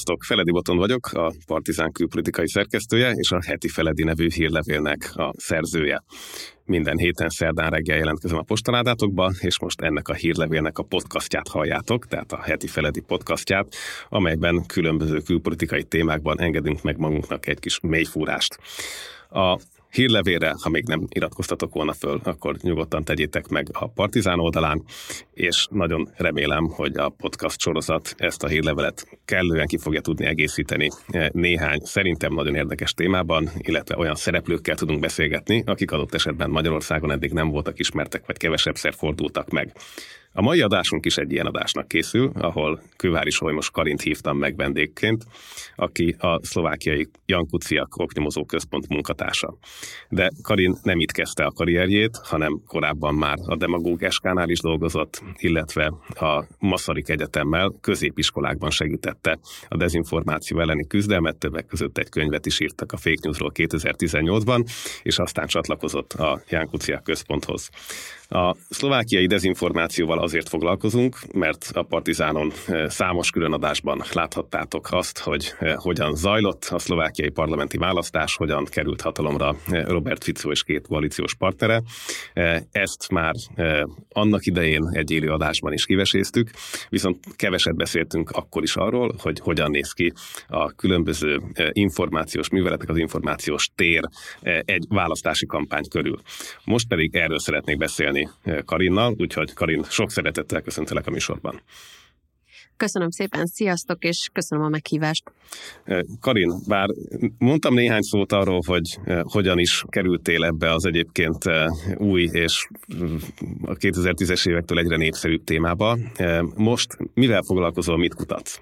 Sziasztok! Feledi Botond vagyok, a Partizán külpolitikai szerkesztője és a Heti Feledi nevű hírlevélnek a szerzője. Minden héten szerdán reggel jelentkezem a postaládátokba, és most ennek a hírlevélnek a podcastját halljátok, tehát a Heti Feledi podcastját, amelyben különböző külpolitikai témákban engedünk meg magunknak egy kis mélyfúrást. A hírlevélre, ha még nem iratkoztatok volna föl, akkor nyugodtan tegyétek meg a Partizán oldalán, és nagyon remélem, hogy a podcast sorozat ezt a hírlevelet kellően ki fogja tudni egészíteni néhány szerintem nagyon érdekes témában, illetve olyan szereplőkkel tudunk beszélgetni, akik adott esetben Magyarországon eddig nem voltak ismertek, vagy kevesebbszer fordultak meg. A mai adásunk is egy ilyen adásnak készül, ahol Kővári Solymos Karint hívtam meg vendégként, aki a szlovákiai Ján Kuciak oknyomozó központ munkatársa. De Karin nem itt kezdte a karrierjét, hanem korábban már a Demagóg SK-nál is dolgozott, illetve a Masaryk Egyetemmel középiskolákban segítette a dezinformáció elleni küzdelmet, többek között egy könyvet is írtak a fake newsról 2018-ban, és aztán csatlakozott a Ján Kuciak központhoz. A szlovákiai dezinformációval azért foglalkozunk, mert a Partizánon számos különadásban láthattátok azt, hogy hogyan zajlott a szlovákiai parlamenti választás, hogyan került hatalomra Robert Fico és két koalíciós partnere. Ezt már annak idején egy élő adásban is kiveséztük, viszont keveset beszéltünk akkor is arról, hogy hogyan néz ki a különböző információs műveletek, az információs tér egy választási kampány körül. Most pedig erről szeretnék beszélni Karinnal, úgyhogy Karin, sok szeretettel köszöntelek a műsorban. Köszönöm szépen, sziasztok, és köszönöm a meghívást. Karin, bár mondtam néhány szót arról, hogy hogyan is kerültél ebbe az egyébként új és a 2010-es évektől egyre népszerűbb témába. Most mivel foglalkozol, mit kutatsz?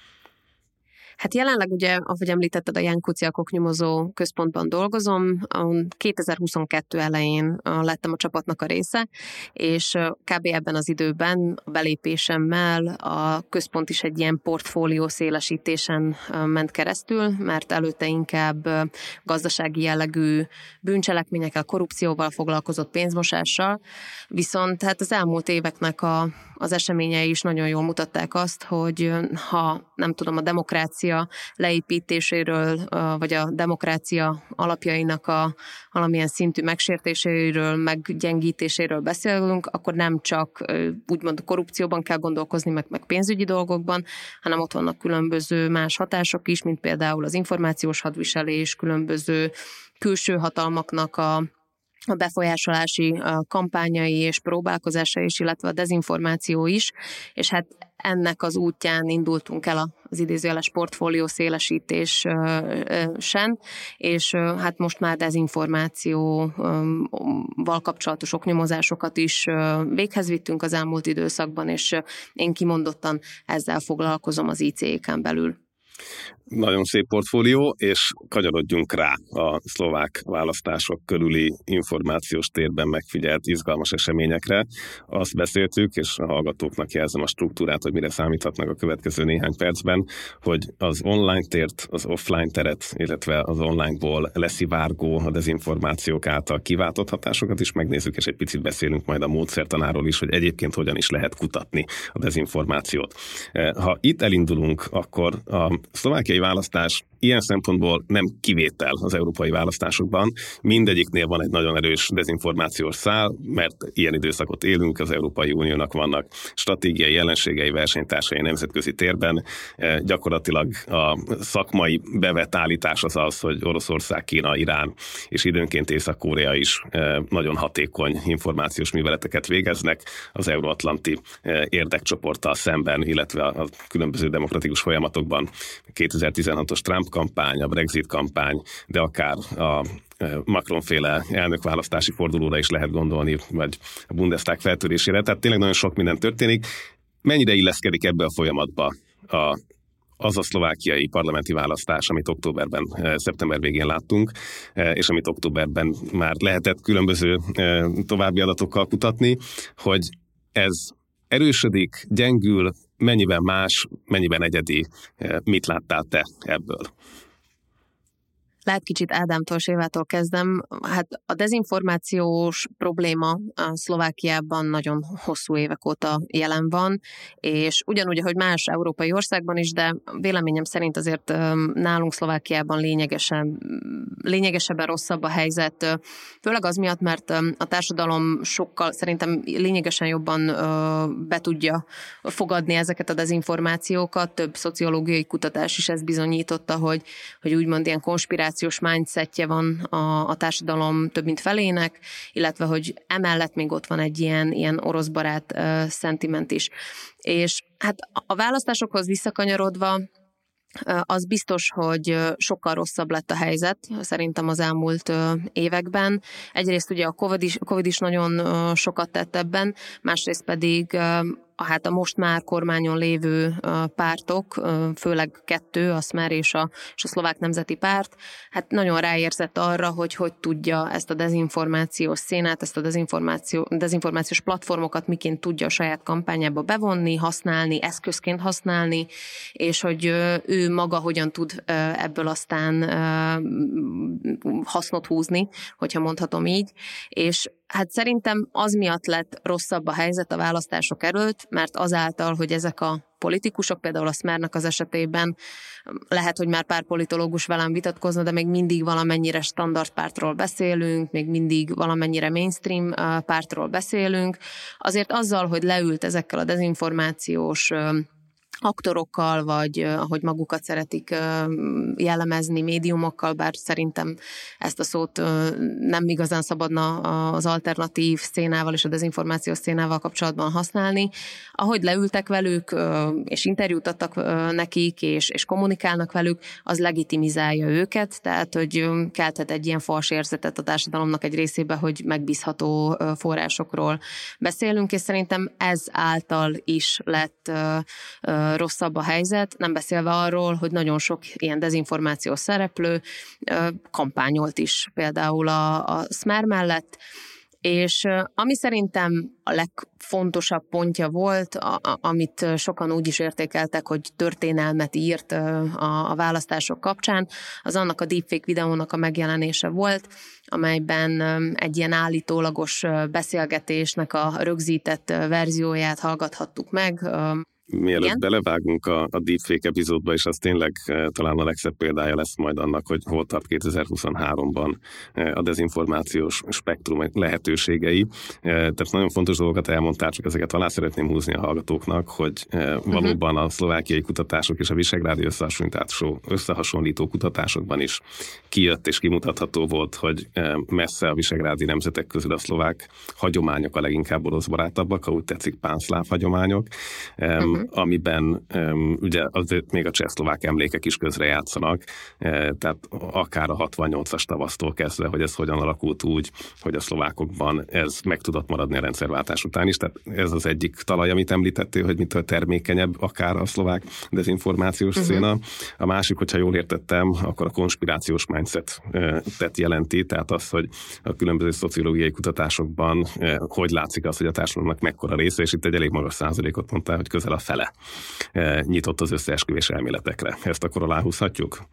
Hát jelenleg ugye, ahogy említetted, a Ján Kuciak oknyomozó központban dolgozom. 2022 elején lettem a csapatnak a része, és kb. Ebben az időben a belépésemmel a központ is egy ilyen portfólió szélesítésen ment keresztül, mert előtte inkább gazdasági jellegű bűncselekményekkel, korrupcióval foglalkozott, pénzmosással, viszont hát az elmúlt éveknek az eseményei is nagyon jól mutatták azt, hogy ha nem tudom, a demokrácia leépítéséről, vagy a demokrácia alapjainak a valamilyen szintű megsértéséről, meggyengítéséről beszélünk, akkor nem csak úgymond korrupcióban kell gondolkozni, meg pénzügyi dolgokban, hanem ott vannak különböző más hatások is, mint például az információs hadviselés, különböző külső hatalmaknak a befolyásolási kampányai és próbálkozásai is, illetve a dezinformáció is, és hát ennek az útján indultunk el az idézőjeles portfólió szélesítésen, és hát most már dezinformációval kapcsolatos oknyomozásokat is véghez vittünk az elmúlt időszakban, és én kimondottan ezzel foglalkozom az ICE-ken belül. Nagyon szép portfólió, és kanyarodjunk rá a szlovák választások körüli információs térben megfigyelt izgalmas eseményekre. Azt beszéltük, és a hallgatóknak jelzem a struktúrát, hogy mire számíthatnak a következő néhány percben, hogy az online tért, az offline teret, illetve az onlineból leszivárgó a dezinformációk által kiváltott hatásokat is megnézzük, és egy picit beszélünk majd a módszertanáról is, hogy egyébként hogyan is lehet kutatni a dezinformációt. Ha itt elindulunk, akkor a szlovákiai választás ilyen szempontból nem kivétel az európai választásokban. Mindegyiknél van egy nagyon erős dezinformációs szál, mert ilyen időszakot élünk, az Európai Uniónak vannak stratégiai ellenségei, versenytársai nemzetközi térben. Gyakorlatilag a szakmai bevett állítás az, hogy Oroszország, Kína, Irán és időnként Észak-Korea is nagyon hatékony információs műveleteket végeznek az euróatlanti érdekcsoporttal szemben, illetve a különböző demokratikus folyamatokban. 2016-os Trump kampány, a Brexit kampány, de akár a Macron-féle elnökválasztási fordulóra is lehet gondolni, vagy a Bundestag feltörésére. Tehát tényleg nagyon sok minden történik. Mennyire illeszkedik ebbe a folyamatba az a szlovákiai parlamenti választás, amit szeptember végén láttunk, és amit októberben már lehetett különböző további adatokkal kutatni, hogy ez erősödik, gyengül, mennyiben más, mennyiben egyedi, mit láttál te ebből? Lehet kicsit Ádámtól és Évától kezdem. Hát a dezinformációs probléma a Szlovákiában nagyon hosszú évek óta jelen van, és ugyanúgy, ahogy más európai országban is, de véleményem szerint azért nálunk Szlovákiában lényegesebben rosszabb a helyzet. Főleg az miatt, mert a társadalom sokkal szerintem lényegesen jobban be tudja fogadni ezeket a dezinformációkat. Több szociológiai kutatás is ezt bizonyította, hogy úgymond ilyen konspirációs mindsetje van a társadalom több mint felének, illetve hogy emellett még ott van egy ilyen oroszbarát szentiment is. És hát a választásokhoz visszakanyarodva, az biztos, hogy sokkal rosszabb lett a helyzet szerintem az elmúlt években. Egyrészt ugye a Covid is nagyon sokat tett ebben, másrészt pedig hát a most már kormányon lévő pártok, főleg kettő, a Smer és a Szlovák Nemzeti Párt, hát nagyon ráérzett arra, hogy tudja ezt a dezinformációs szénát, ezt a dezinformációs platformokat miként tudja a saját kampányába bevonni, használni, eszközként használni, és hogy ő maga hogyan tud ebből aztán hasznot húzni, hogyha mondhatom így, és hát szerintem az miatt lett rosszabb a helyzet a választások előtt, mert azáltal, hogy ezek a politikusok, például a Smernek az esetében, lehet, hogy már pár politológus velem vitatkozna, de még mindig valamennyire standard pártról beszélünk, még mindig valamennyire mainstream pártról beszélünk. Azért azzal, hogy leült ezekkel a dezinformációs aktorokkal, vagy ahogy magukat szeretik jellemezni, médiumokkal, bár szerintem ezt a szót nem igazán szabadna az alternatív szénával és a dezinformációs szénával kapcsolatban használni. Ahogy leültek velük, és interjút adtak nekik, és kommunikálnak velük, az legitimizálja őket, tehát hogy kelthet egy ilyen fals érzetet a társadalomnak egy részébe, hogy megbízható forrásokról beszélünk, és szerintem ez által is lett rosszabb a helyzet, nem beszélve arról, hogy nagyon sok ilyen dezinformációs szereplő kampányolt is például a Smer mellett, és ami szerintem a legfontosabb pontja volt, amit sokan úgy is értékeltek, hogy történelmet írt a választások kapcsán, az annak a deepfake videónak a megjelenése volt, amelyben egy ilyen állítólagos beszélgetésnek a rögzített verzióját hallgathattuk meg. Mielőtt igen? Belevágunk a deepfake epizódba, és az tényleg talán a legszebb példája lesz majd annak, hogy hol tart 2023-ban a dezinformációs spektrum lehetőségei. Tehát nagyon fontos dolgokat elmondtál, csak ezeket alá szeretném húzni a hallgatóknak, hogy valóban a szlovákiai kutatások és a visegrádi összehasonlító kutatásokban is kijött és kimutatható volt, hogy messze a visegrádi nemzetek közül a szlovák hagyományok a leginkább oroszbarátabbak, ha úgy tetszik, pánszláv hagyományok, amiben ugye azért még a csehszlovák emlékek is közrejátszanak, tehát akár a 68-as tavasztól kezdve, hogy ez hogyan alakult úgy, hogy a szlovákokban ez meg tudott maradni a rendszerváltás után is, tehát ez az egyik talaj, amit említettél, hogy mitől termékenyebb akár a szlovák dezinformációs széna. A másik, hogyha jól értettem, akkor a konspirációs mindset-et jelenti, tehát az, hogy a különböző szociológiai kutatásokban hogy látszik az, hogy a társadalomnak mekkora része, és itt egy elég magas százalékot mondtál, hogy közel a fele nyitott az összeesküvés elméletekre. Ezt akkor aláhúzhatjuk?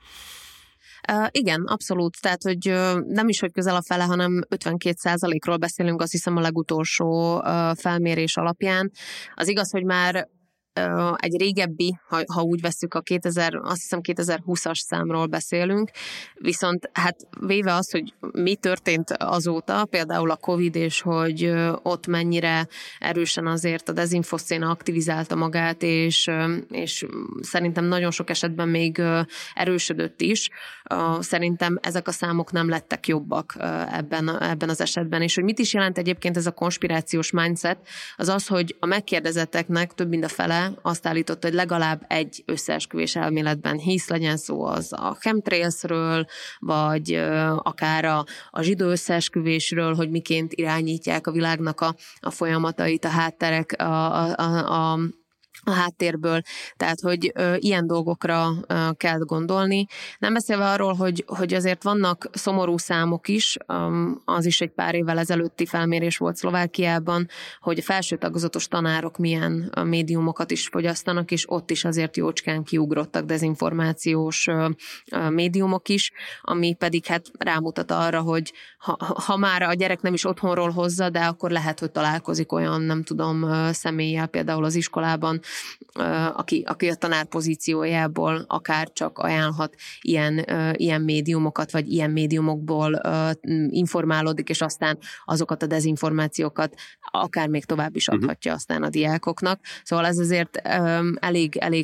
Igen, abszolút. Tehát, hogy nem is, hogy közel a fele, hanem 52%-ról beszélünk, azt hiszem a legutolsó felmérés alapján. Az igaz, hogy már egy régebbi, ha úgy vesszük, azt hiszem 2020-as számról beszélünk, viszont hát véve az, hogy mi történt azóta, például a Covid, és hogy ott mennyire erősen azért a dezinfoszéna aktivizálta magát, és szerintem nagyon sok esetben még erősödött is. Szerintem ezek a számok nem lettek jobbak ebben az esetben, és hogy mit is jelent egyébként ez a konspirációs mindset, az az, hogy a megkérdezetteknek több mint a fele azt állította, hogy legalább egy összeesküvés elméletben hisz, legyen szó az a chemtrailsről, vagy akár a zsidó összeesküvésről, hogy miként irányítják a világnak a folyamatait, a hátterek, a háttérből, tehát hogy ilyen dolgokra kell gondolni. Nem beszélve arról, hogy azért vannak szomorú számok is, az is egy pár évvel ezelőtti felmérés volt Szlovákiában, hogy a felső tagozatos tanárok milyen médiumokat is fogyasztanak, és ott is azért jócskán kiugrottak dezinformációs médiumok is, ami pedig hát rámutat arra, hogy ha már a gyerek nem is otthonról hozza, de akkor lehet, hogy találkozik olyan, nem tudom, személlyel például az iskolában, aki a tanár pozíciójából akár csak ajánlhat ilyen médiumokat, vagy ilyen médiumokból informálódik, és aztán azokat a dezinformációkat akár még tovább is adhatja aztán a diákoknak. Szóval ez azért elég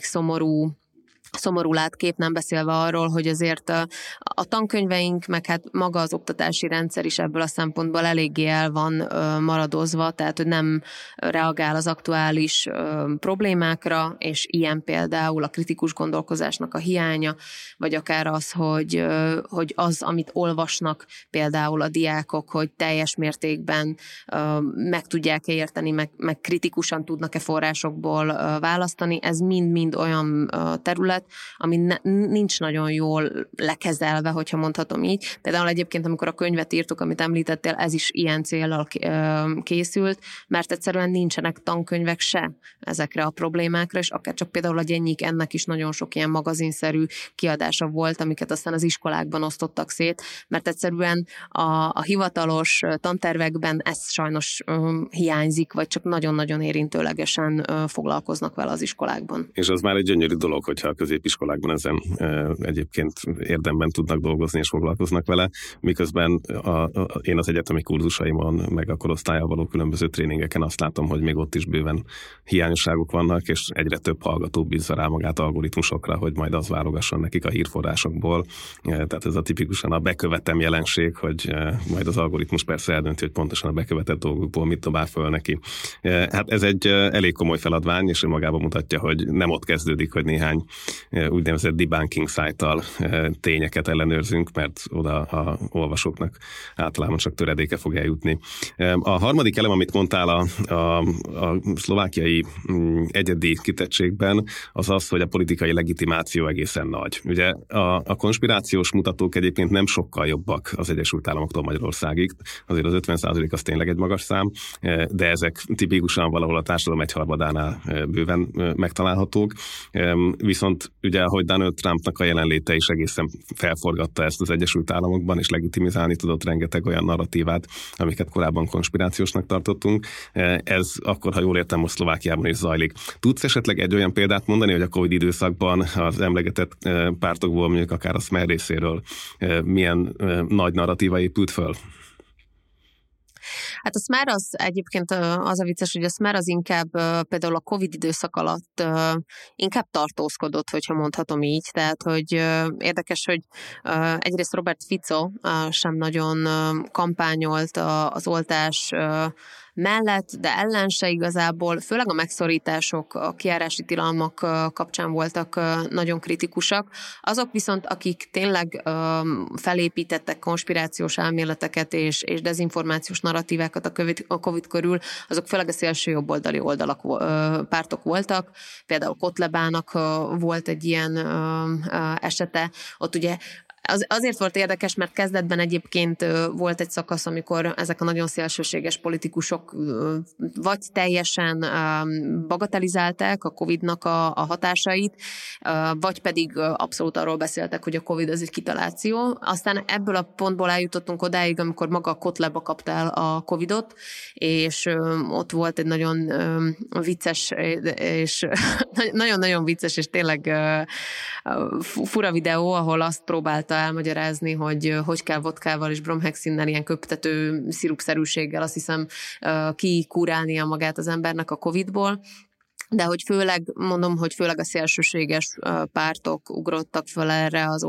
szomorú látkép, nem beszélve arról, hogy azért a tankönyveink, meg hát maga az oktatási rendszer is ebből a szempontból eléggé el van maradozva, tehát hogy nem reagál az aktuális problémákra, és ilyen például a kritikus gondolkozásnak a hiánya, vagy akár az, hogy az, amit olvasnak például a diákok, hogy teljes mértékben meg tudják érteni, meg kritikusan tudnak-e forrásokból választani, ez mind-mind olyan terület, ami nincs nagyon jól lekezelve, hogyha mondhatom így. Például egyébként, amikor a könyvet írtuk, amit említettél, ez is ilyen céllal készült, mert egyszerűen nincsenek tankönyvek se ezekre a problémákra, és akár csak például a Gyennyik, ennek is nagyon sok ilyen magazinszerű kiadása volt, amiket aztán az iskolákban osztottak szét, mert egyszerűen a hivatalos tantervekben ez sajnos hiányzik, vagy csak nagyon-nagyon érintőlegesen foglalkoznak vele az iskolákban. És az már egy gyönyörű dolog, hogyha a középiskolákban ezen egyébként érdemben tudnak dolgozni és foglalkoznak vele, miközben én az egyetemi kurzusaimon, meg a korosztállyal való különböző tréningeken azt látom, hogy még ott is bőven hiányosságok vannak, és egyre több hallgató bízza rá magát algoritmusokra, hogy majd az válogasson nekik a hírforrásokból. Tehát ez a tipikusan a bekövetem jelenség, hogy majd az algoritmus persze eldönti, hogy pontosan a bekövetett dolgokból mit dobál föl neki. Hát ez egy elég komoly feladvány, és magában mutatja, hogy nem ott kezdődik, hogy néhány úgynevezett debunking szájttal tényeket ellenőrzünk, mert oda a olvasóknak általában csak töredéke fog eljutni. A harmadik elem, amit mondtál a szlovákiai egyedi kitettségben, az az, hogy a politikai legitimáció egészen nagy. Ugye a konspirációs mutatók egyébként nem sokkal jobbak az Egyesült Államoktól Magyarországig, azért az 50% az tényleg egy magas szám, de ezek tipikusan valahol a társadalom egyharmadánál bőven megtalálhatók. Viszont ugye, ahogy Donald Trumpnak a jelenléte is egészen felforgatta ezt az Egyesült Államokban, és legitimizálni tudott rengeteg olyan narratívát, amiket korábban konspirációsnak tartottunk. Ez akkor, ha jól értem, most Szlovákiában is zajlik. Tudsz esetleg egy olyan példát mondani, hogy a Covid időszakban az emlegetett pártokból, mondjuk akár a Smer részéről milyen nagy narratíva épült föl? Hát a Smer az egyébként az a vicces, hogy a Smer az inkább például a Covid időszak alatt inkább tartózkodott, hogyha mondhatom így. Tehát, hogy érdekes, hogy egyrészt Robert Fico sem nagyon kampányolt az oltás mellett, de ellen se igazából, főleg a megszorítások, a kijárási tilalmak kapcsán voltak nagyon kritikusak. Azok viszont, akik tényleg felépítettek konspirációs elméleteket és dezinformációs narratívákat a Covid körül, azok főleg a szélső jobboldali pártok voltak. Például Kotlebának volt egy ilyen esete. Ott ugye azért volt érdekes, mert kezdetben egyébként volt egy szakasz, amikor ezek a nagyon szélsőséges politikusok vagy teljesen bagatelizálták a Covid-nak a hatásait, vagy pedig abszolút arról beszéltek, hogy a Covid az egy kitaláció. Aztán ebből a pontból eljutottunk odáig, amikor maga a Kotleba kapta el a Covidot, és ott volt egy nagyon vicces, és nagyon-nagyon vicces, és tényleg fura videó, ahol azt próbálta elmagyarázni, hogy kell vodkával és bromhexinnel, ilyen köptető szirupszerűséggel, azt hiszem, kikúrálnia magát az embernek a Covidból. De hogy főleg a szélsőséges pártok ugrottak föl erre az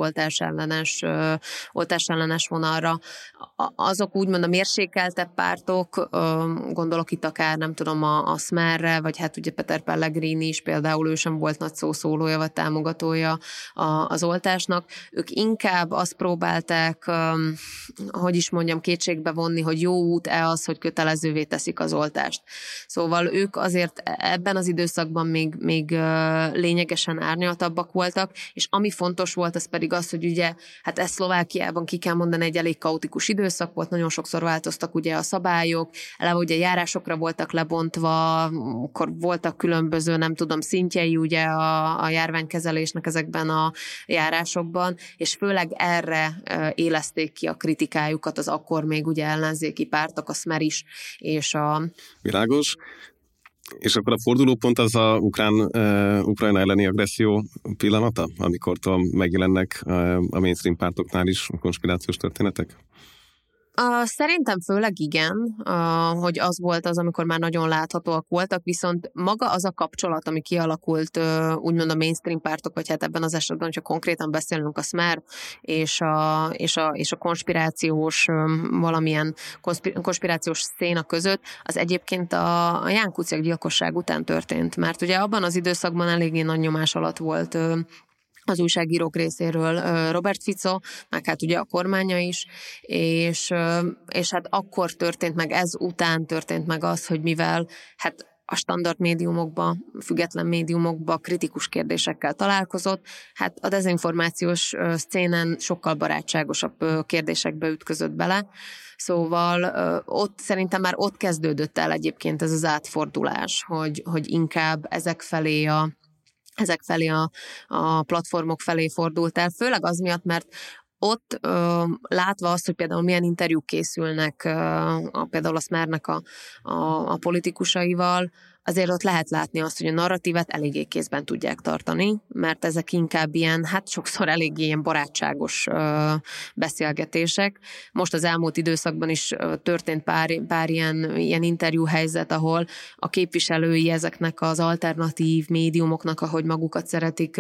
oltásellenes vonalra. Azok úgymond a mérsékeltebb pártok, gondolok itt akár, nem tudom, a Smerre, vagy hát ugye Peter Pellegrini is például, ő sem volt nagy szószólója, vagy támogatója az oltásnak. Ők inkább azt próbálták, kétségbe vonni, hogy jó út-e az, hogy kötelezővé teszik az oltást. Szóval ők azért ebben az időszakban időszakban még lényegesen árnyaltabbak voltak, és ami fontos volt, az pedig az, hogy ugye, hát ez Szlovákiában ki kell mondani, egy elég kaotikus időszak volt, nagyon sokszor változtak ugye a szabályok, eleve ugye járásokra voltak lebontva, akkor voltak különböző, nem tudom, szintjei ugye a járványkezelésnek ezekben a járásokban, és főleg erre élezték ki a kritikájukat az akkor még ugye ellenzéki pártok, a Smer is, és a... Világos. És akkor a fordulópont az a Ukrajna elleni agresszió pillanata, amikor megjelennek a mainstream pártoknál is konspirációs történetek? Szerintem főleg igen, hogy az volt az, amikor már nagyon láthatóak voltak, viszont maga az a kapcsolat, ami kialakult úgymond a mainstream pártok, vagy hát ebben az esetben, hogyha konkrétan beszélünk a Smer és a konspirációs valamilyen konspirációs széna között, az egyébként a Ján Kuciak gyilkosság után történt, mert ugye abban az időszakban eléggé nagy nyomás alatt volt az újságírók részéről Robert Fico, meg hát ugye a kormánya is, és hát akkor történt meg, ez után történt meg az, hogy mivel hát a standard médiumokba, független médiumokba kritikus kérdésekkel találkozott, hát a dezinformációs szcénen sokkal barátságosabb kérdésekbe ütközött bele, szóval szerintem már ott kezdődött el egyébként ez az átfordulás, hogy inkább ezek felé a platformok felé fordult el, főleg az miatt, mert ott látva azt, hogy például milyen interjúk készülnek például a Smernek a politikusaival, azért ott lehet látni azt, hogy a narratívát eléggé kézben tudják tartani, mert ezek inkább ilyen, hát sokszor eléggé ilyen barátságos beszélgetések. Most az elmúlt időszakban is történt pár ilyen interjúhelyzet, ahol a képviselői ezeknek az alternatív médiumoknak, ahogy magukat szeretik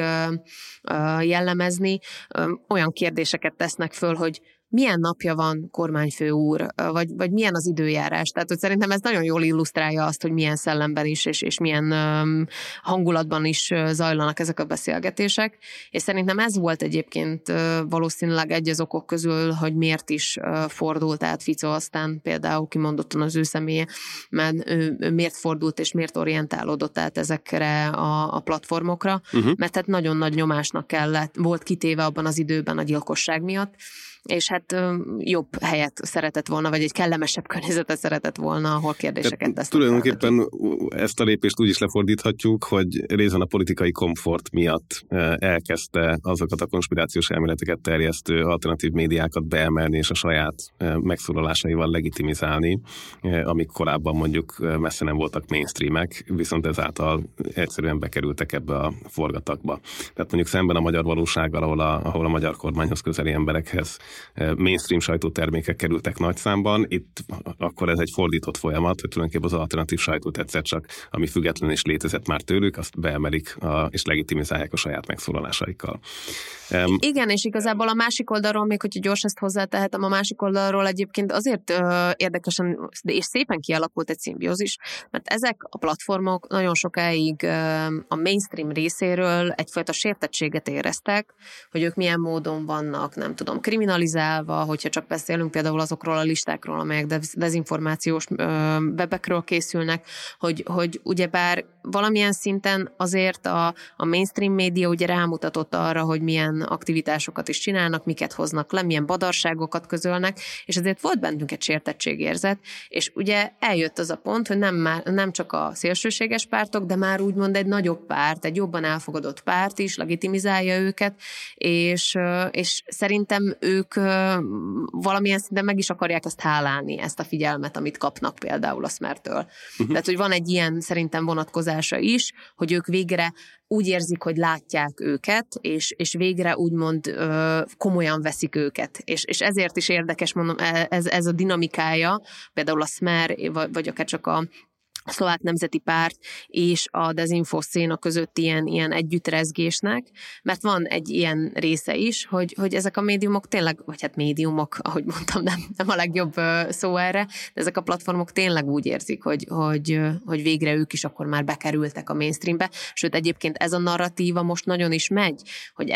jellemezni, olyan kérdéseket tesznek föl, hogy milyen napja van, kormányfő úr, vagy milyen az időjárás. Tehát, hogy szerintem ez nagyon jól illusztrálja azt, hogy milyen szellemben is, és milyen hangulatban is zajlanak ezek a beszélgetések. És szerintem ez volt egyébként valószínűleg egy az okok közül, hogy miért is fordult át Fico aztán például kimondottan az ő személye, mert ő miért fordult és miért orientálódott át ezekre a platformokra, mert hát nagyon nagy nyomásnak volt kitéve abban az időben a gyilkosság miatt, és hát jobb helyet szeretett volna, vagy egy kellemesebb környezetet szeretett volna, ahol kérdéseket tesznek. Tulajdonképpen ezt a lépést úgy is lefordíthatjuk, hogy részben a politikai komfort miatt elkezdte azokat a konspirációs elméleteket terjesztő alternatív médiákat beemelni, és a saját megszólalásaival legitimizálni, amik korábban mondjuk messze nem voltak mainstreamek, viszont ezáltal egyszerűen bekerültek ebbe a forgatakba. Tehát mondjuk szemben a magyar valósággal, ahol a magyar kormányhoz közeli emberekhez mainstream sajtótermékek kerültek nagy számban, itt akkor ez egy fordított folyamat, hogy tulajdonképpen az alternatív sajtót egyszer csak, ami független is létezett már tőlük, azt beemelik és legitimizálják a saját megszólalásaikkal. Igen, és igazából a másik oldalról, még hogyha gyors ezt hozzátehetem, a másik oldalról egyébként azért érdekesen és szépen kialakult egy szimbiózis, mert ezek a platformok nagyon sokáig a mainstream részéről egyfajta sértettséget éreztek, hogy ők milyen módon vannak, nem tudom, kriminalizálva, hogyha csak beszélünk például azokról a listákról, amelyek dezinformációs webekről készülnek, hogy ugyebár valamilyen szinten azért a mainstream média ugye rámutatott arra, hogy milyen aktivitásokat is csinálnak, miket hoznak le, milyen badarságokat közölnek, és ezért volt bennünk egy sértettségérzet, és ugye eljött az a pont, hogy nem csak a szélsőséges pártok, de már úgymond egy nagyobb párt, egy jobban elfogadott párt is legitimizálja őket, és szerintem ők valamilyen szinten meg is akarják ezt hálálni, ezt a figyelmet, amit kapnak például a Smertől. Tehát, hogy van egy ilyen szerintem vonatkozása is, hogy ők végre úgy érzik, hogy látják őket, és végre úgymond komolyan veszik őket. És ezért is érdekes, mondom, ez a dinamikája, például a Smer, vagy akár csak a Szlovák Nemzeti Párt és a dezinfoszcéna között ilyen együttrezgésnek, mert van egy ilyen része is, hogy ezek a médiumok tényleg, vagy hát médiumok, ahogy mondtam, nem a legjobb szó erre, de ezek a platformok tényleg úgy érzik, hogy végre ők is akkor már bekerültek a mainstreambe, sőt egyébként ez a narratíva most nagyon is megy, hogy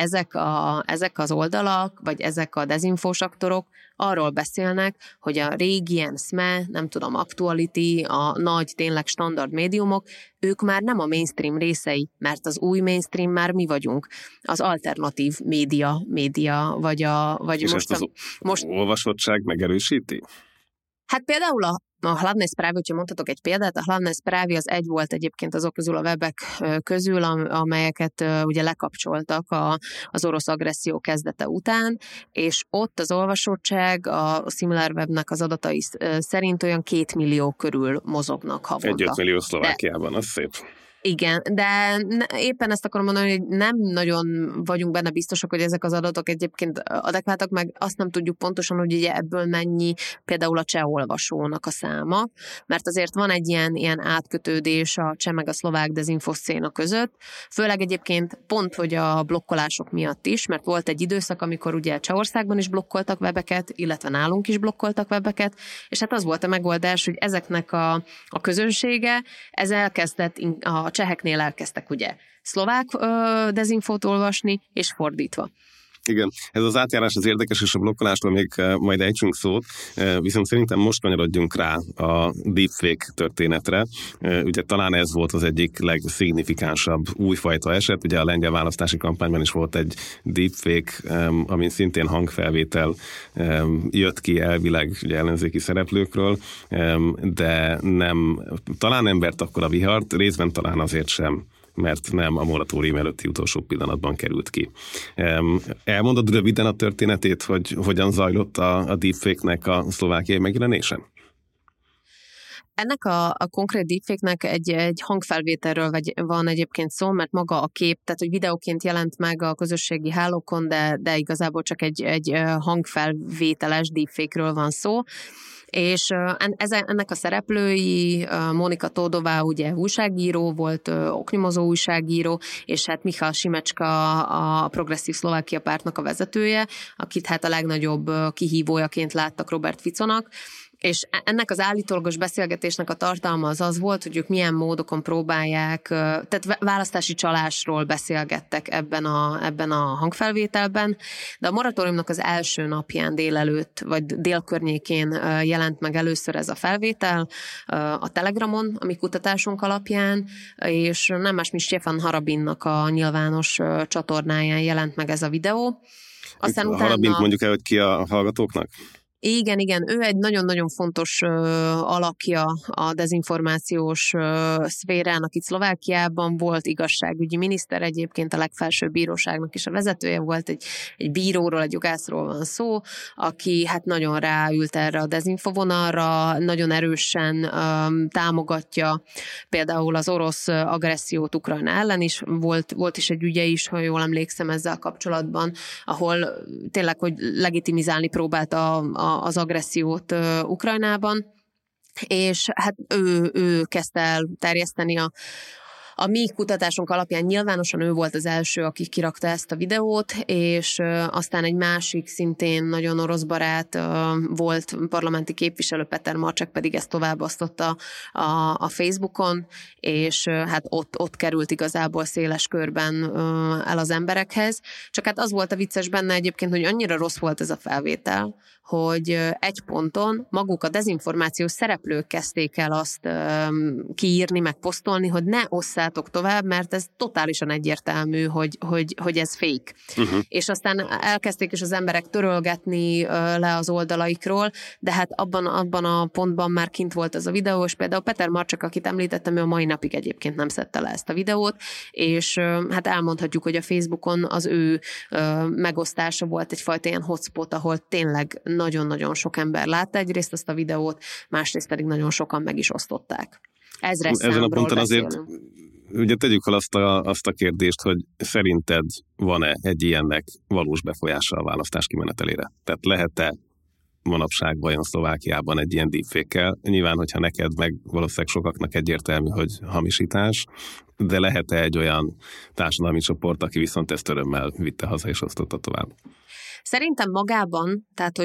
ezek az oldalak, vagy ezek a dezinfós aktorok arról beszélnek, hogy a régi ilyen SME, nem tudom, Actuality, a nagy tényleg tényleg standard médiumok, ők már nem a mainstream részei, mert az új mainstream már mi vagyunk. Az alternatív média vagy és most olvasottság megerősíti? Hát például a Hlavné správy, hogyha mondhatok egy példát, a Hlavné správy az egy volt egyébként azok közül a webek közül, amelyeket ugye lekapcsoltak az orosz agresszió kezdete után, és ott az olvasottság a SimilarWebnek az adatai szerint olyan 2 millió körül mozognak havonta. 1 millió Szlovákiában, az szép. Igen, de éppen ezt akarom mondani, hogy nem nagyon vagyunk benne biztosak, hogy ezek az adatok egyébként adekváltak, meg azt nem tudjuk pontosan, hogy ugye ebből mennyi például a cseh olvasónak a száma, mert azért van egy ilyen átkötődés a cseh meg a szlovák dezinfoszcéna között, főleg egyébként pont, hogy a blokkolások miatt is, mert volt egy időszak, amikor ugye Csehországban is blokkoltak webeket, illetve nálunk is blokkoltak webeket, és hát az volt a megoldás, hogy ezeknek a közönsége, ez elkezdett a cseheknél elkezdtek ugye szlovák dezinfót olvasni, és fordítva. Igen, ez az átjárás az érdekes, és a blokkolásról még majd ejtsünk szót, viszont szerintem most kanyarodjunk rá a deepfake történetre. Ugye talán ez volt az egyik legszignifikánsabb újfajta eset, ugye a lengyel választási kampányban is volt egy deepfake, amin szintén hangfelvétel jött ki elvileg ugye ellenzéki szereplőkről, de talán nem vert akkor a vihart, részben talán azért sem, mert nem a moratórium előtti utolsó pillanatban került ki. Elmondod röviden a történetét, hogy hogyan zajlott a deepfake-nek a szlovákiai megjelenése? Ennek a konkrét deepfake-nek egy hangfelvételről van egyébként szó, mert maga a kép, tehát hogy videóként jelent meg a közösségi hálókon, de igazából csak egy hangfelvételes deepfake-ről van szó. És ennek a szereplői, Monika Tódová ugye újságíró volt, oknyomozó újságíró, és hát Michal Simecska a Progresszív Szlovákia pártnak a vezetője, akit hát a legnagyobb kihívójaként láttak Robert Ficonak, és ennek az állítólagos beszélgetésnek a tartalma az volt, hogy ők milyen módokon próbálják, tehát választási csalásról beszélgettek ebben a hangfelvételben, de a moratóriumnak az első napján délelőtt, vagy délkörnyékén jelent meg először ez a felvétel a Telegramon, a mi kutatásunk alapján, és nem más, mint Stefan Harabinnak a nyilvános csatornáján jelent meg ez a videó. Aztán utána... Harabint mondjuk el, hogy ki a hallgatóknak? Igen, ő egy nagyon-nagyon fontos alakja a dezinformációs szférának itt Szlovákiában, volt igazságügyi miniszter, egyébként a legfelsőbb bíróságnak is a vezetője volt, egy bíróról, egy jogászról van szó, aki hát nagyon ráült erre a dezinfovonalra, nagyon erősen támogatja például az orosz agressziót Ukrajna ellen is, volt is egy ügye is, ha jól emlékszem ezzel kapcsolatban, ahol tényleg, hogy legitimizálni próbálta az agressziót Ukrajnában, és hát ő kezdte el terjeszteni a mi kutatásunk alapján nyilvánosan ő volt az első, aki kirakta ezt a videót, és aztán egy másik szintén nagyon orosz barát volt parlamenti képviselő, Peter Marcsek pedig ezt továbbasztotta a Facebookon, és hát ott került igazából széles körben el az emberekhez. Csak hát az volt a vicces benne egyébként, hogy annyira rossz volt ez a felvétel, hogy egy ponton maguk a dezinformációs szereplők kezdték el azt kiírni, meg posztolni, hogy ne osszátok tovább, mert ez totálisan egyértelmű, hogy ez fake. Uh-huh. És aztán elkezdték is az emberek törölgetni le az oldalaikról, de hát abban a pontban már kint volt ez a videó, és például Peter Marcsek, akit említettem, ő a mai napig egyébként nem szedte le ezt a videót, és hát elmondhatjuk, hogy a Facebookon az ő megosztása volt egyfajta ilyen hotspot, ahol tényleg nagyon-nagyon sok ember látta egyrészt azt a videót, másrészt pedig nagyon sokan meg is osztották. Ezen a ponton azért ugye tegyük fel azt a kérdést, hogy szerinted van-e egy ilyennek valós befolyása a választás kimenetelére? Tehát lehet-e manapság vajon Szlovákiában egy ilyen deepfake-kel? Nyilván, hogyha neked meg valószínűleg sokaknak egyértelmű, hogy hamisítás, de lehet-e egy olyan társadalmi csoport, aki viszont ezt örömmel vitte haza és osztotta tovább? Szerintem magában, tehát hogy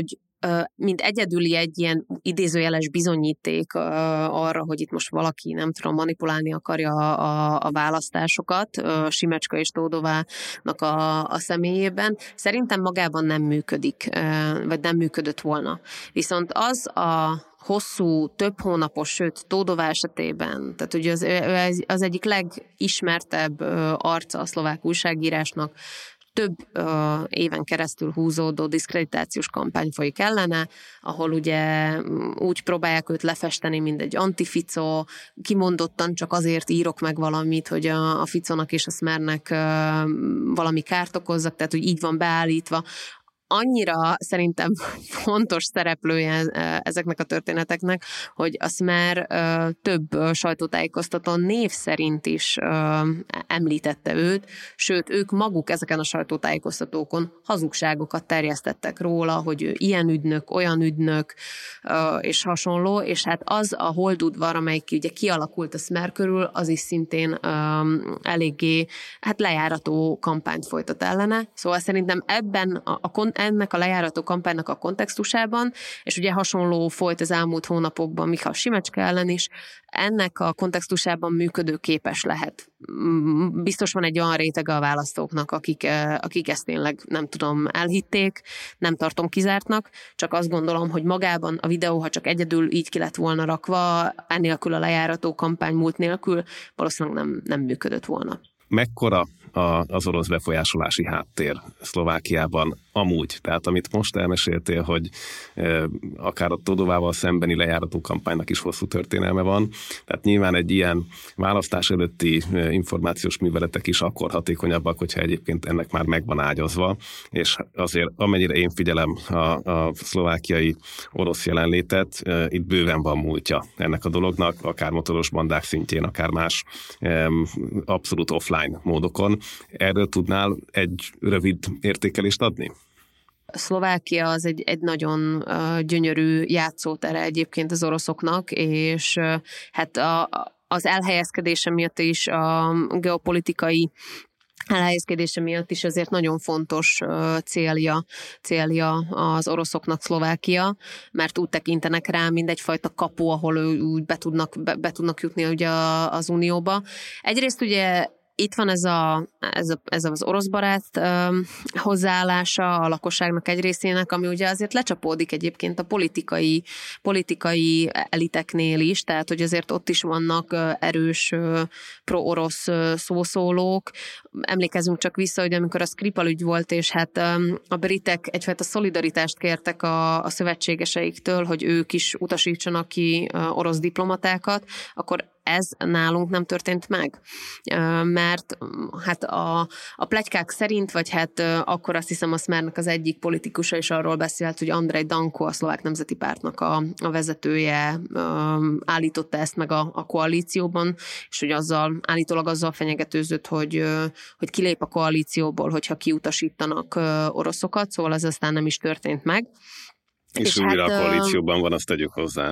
mint egyedüli egy ilyen idézőjeles bizonyíték arra, hogy itt most valaki, nem tudom, manipulálni akarja a választásokat Simecska és Tódovának a személyében, szerintem magában nem működik, vagy nem működött volna. Viszont az a hosszú, több hónapos, sőt Tódová esetében, tehát ugye az egyik legismertebb arca a szlovák újságírásnak, több éven keresztül húzódó diszkreditációs kampány folyik ellene, ahol ugye úgy próbálják őt lefesteni, mint egy antificó, kimondottan csak azért írok meg valamit, hogy a Ficónak és a Smernek valami kárt okozzak, tehát hogy így van beállítva. Annyira szerintem fontos szereplője ezeknek a történeteknek, hogy a Smer több sajtótájékoztatón név szerint is említette őt, sőt, ők maguk ezeken a sajtótájékoztatókon hazugságokat terjesztettek róla, hogy ő ilyen ügynök, olyan ügynök, és hasonló, és hát az a holdudvar, amelyik ugye kialakult a Smer körül, az is szintén eléggé lejárató kampányt folytat ellene. Szóval szerintem ebben ennek a lejárató kampánynak a kontextusában, és ugye hasonló folyt az elmúlt hónapokban Michal Simecska ellen is, ennek a kontextusában működőképes lehet. Biztos van egy olyan rétege a választóknak, akik ezt tényleg, nem tudom, elhitték, nem tartom kizártnak, csak azt gondolom, hogy magában a videó, ha csak egyedül így ki lett volna rakva, ennélkül a lejárató kampány múlt nélkül, valószínűleg nem működött volna. Mekkora az orosz befolyásolási háttér Szlovákiában amúgy? Tehát amit most elmeséltél, hogy akár a Tódovával szembeni lejárató kampánynak is hosszú történelme van, tehát nyilván egy ilyen választás előtti információs műveletek is akkor hatékonyabbak, hogyha egyébként ennek már megvan ágyazva, és azért amennyire én figyelem a szlovákiai orosz jelenlétet, itt bőven van múltja ennek a dolognak, akár motoros bandák szintjén, akár más abszolút offline módokon. Erről tudnál egy rövid értékelést adni? Szlovákia az egy nagyon gyönyörű játszótere egyébként az oroszoknak, és hát az elhelyezkedése miatt is, a geopolitikai elhelyezkedése miatt is azért nagyon fontos célja az oroszoknak Szlovákia, mert úgy tekintenek rá, mint egyfajta kapu, ahol úgy be tudnak jutni ugye az Unióba. Egyrészt ugye itt van ez az orosz barát hozzáállása a lakosságnak egy részének, ami ugye azért lecsapódik egyébként a politikai eliteknél is, tehát hogy azért ott is vannak erős pro-orosz szószólók. Emlékezzünk csak vissza, hogy amikor a Skripal ügy volt, és hát a britek egyfajta szolidaritást kértek a szövetségeseiktől, hogy ők is utasítsanak ki orosz diplomatákat, akkor ez nálunk nem történt meg. Mert hát a pletykák szerint, vagy hát akkor azt hiszem a Smernek az egyik politikusa is arról beszélt, hogy Andrej Danko, a Szlovák Nemzeti Pártnak a vezetője állította ezt meg a koalícióban, és hogy állítólag azzal fenyegetőzött, hogy kilép a koalícióból, hogyha kiutasítanak oroszokat, szóval ez aztán nem is történt meg. És újra a koalícióban van, azt tegyük hozzá.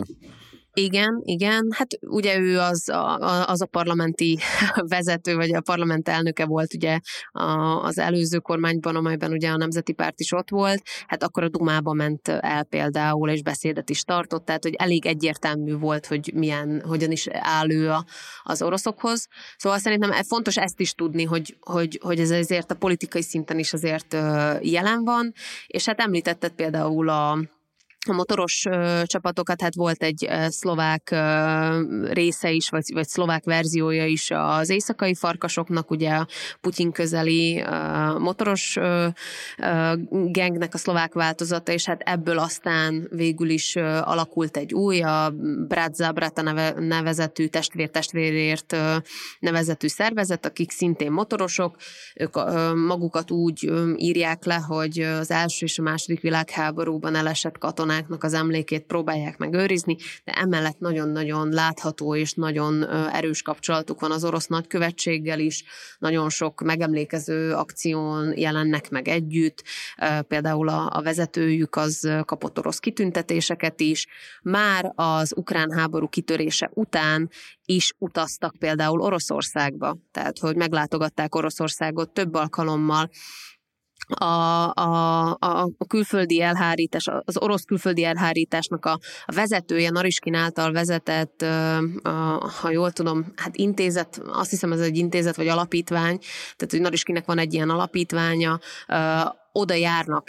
Igen. Hát ugye ő az a parlamenti vezető, vagy a parlament elnöke volt ugye az előző kormányban, amelyben ugye a Nemzeti Párt is ott volt, hát akkor a Dumába ment el például, és beszédet is tartott, tehát hogy elég egyértelmű volt, hogy hogyan is áll ő az oroszokhoz. Szóval szerintem fontos ezt is tudni, hogy ez azért a politikai szinten is azért jelen van, és hát említetted például a motoros csapatokat, hát volt egy szlovák része is, vagy szlovák verziója is az éjszakai farkasoknak, ugye a Putyin közeli motoros gengnek a szlovák változata, és hát ebből aztán végül is alakult egy új, a Brat za Brata nevezetű testvérért nevezetű szervezet, akik szintén motorosok, ők magukat úgy írják le, hogy az első és a második világháborúban elesett katonák az emlékét próbálják megőrizni, de emellett nagyon-nagyon látható és nagyon erős kapcsolatuk van az orosz nagykövetséggel is, nagyon sok megemlékező akción jelennek meg együtt, például a vezetőjük az kapott orosz kitüntetéseket is, már az ukrán háború kitörése után is utaztak például Oroszországba, tehát hogy meglátogatták Oroszországot több alkalommal, a külföldi elhárítás, az orosz külföldi elhárításnak a vezetője, Nariskin által vezetett, ha jól tudom, hát intézet, azt hiszem ez egy intézet vagy alapítvány, tehát hogy Nariskinnek van egy ilyen alapítványa, oda járnak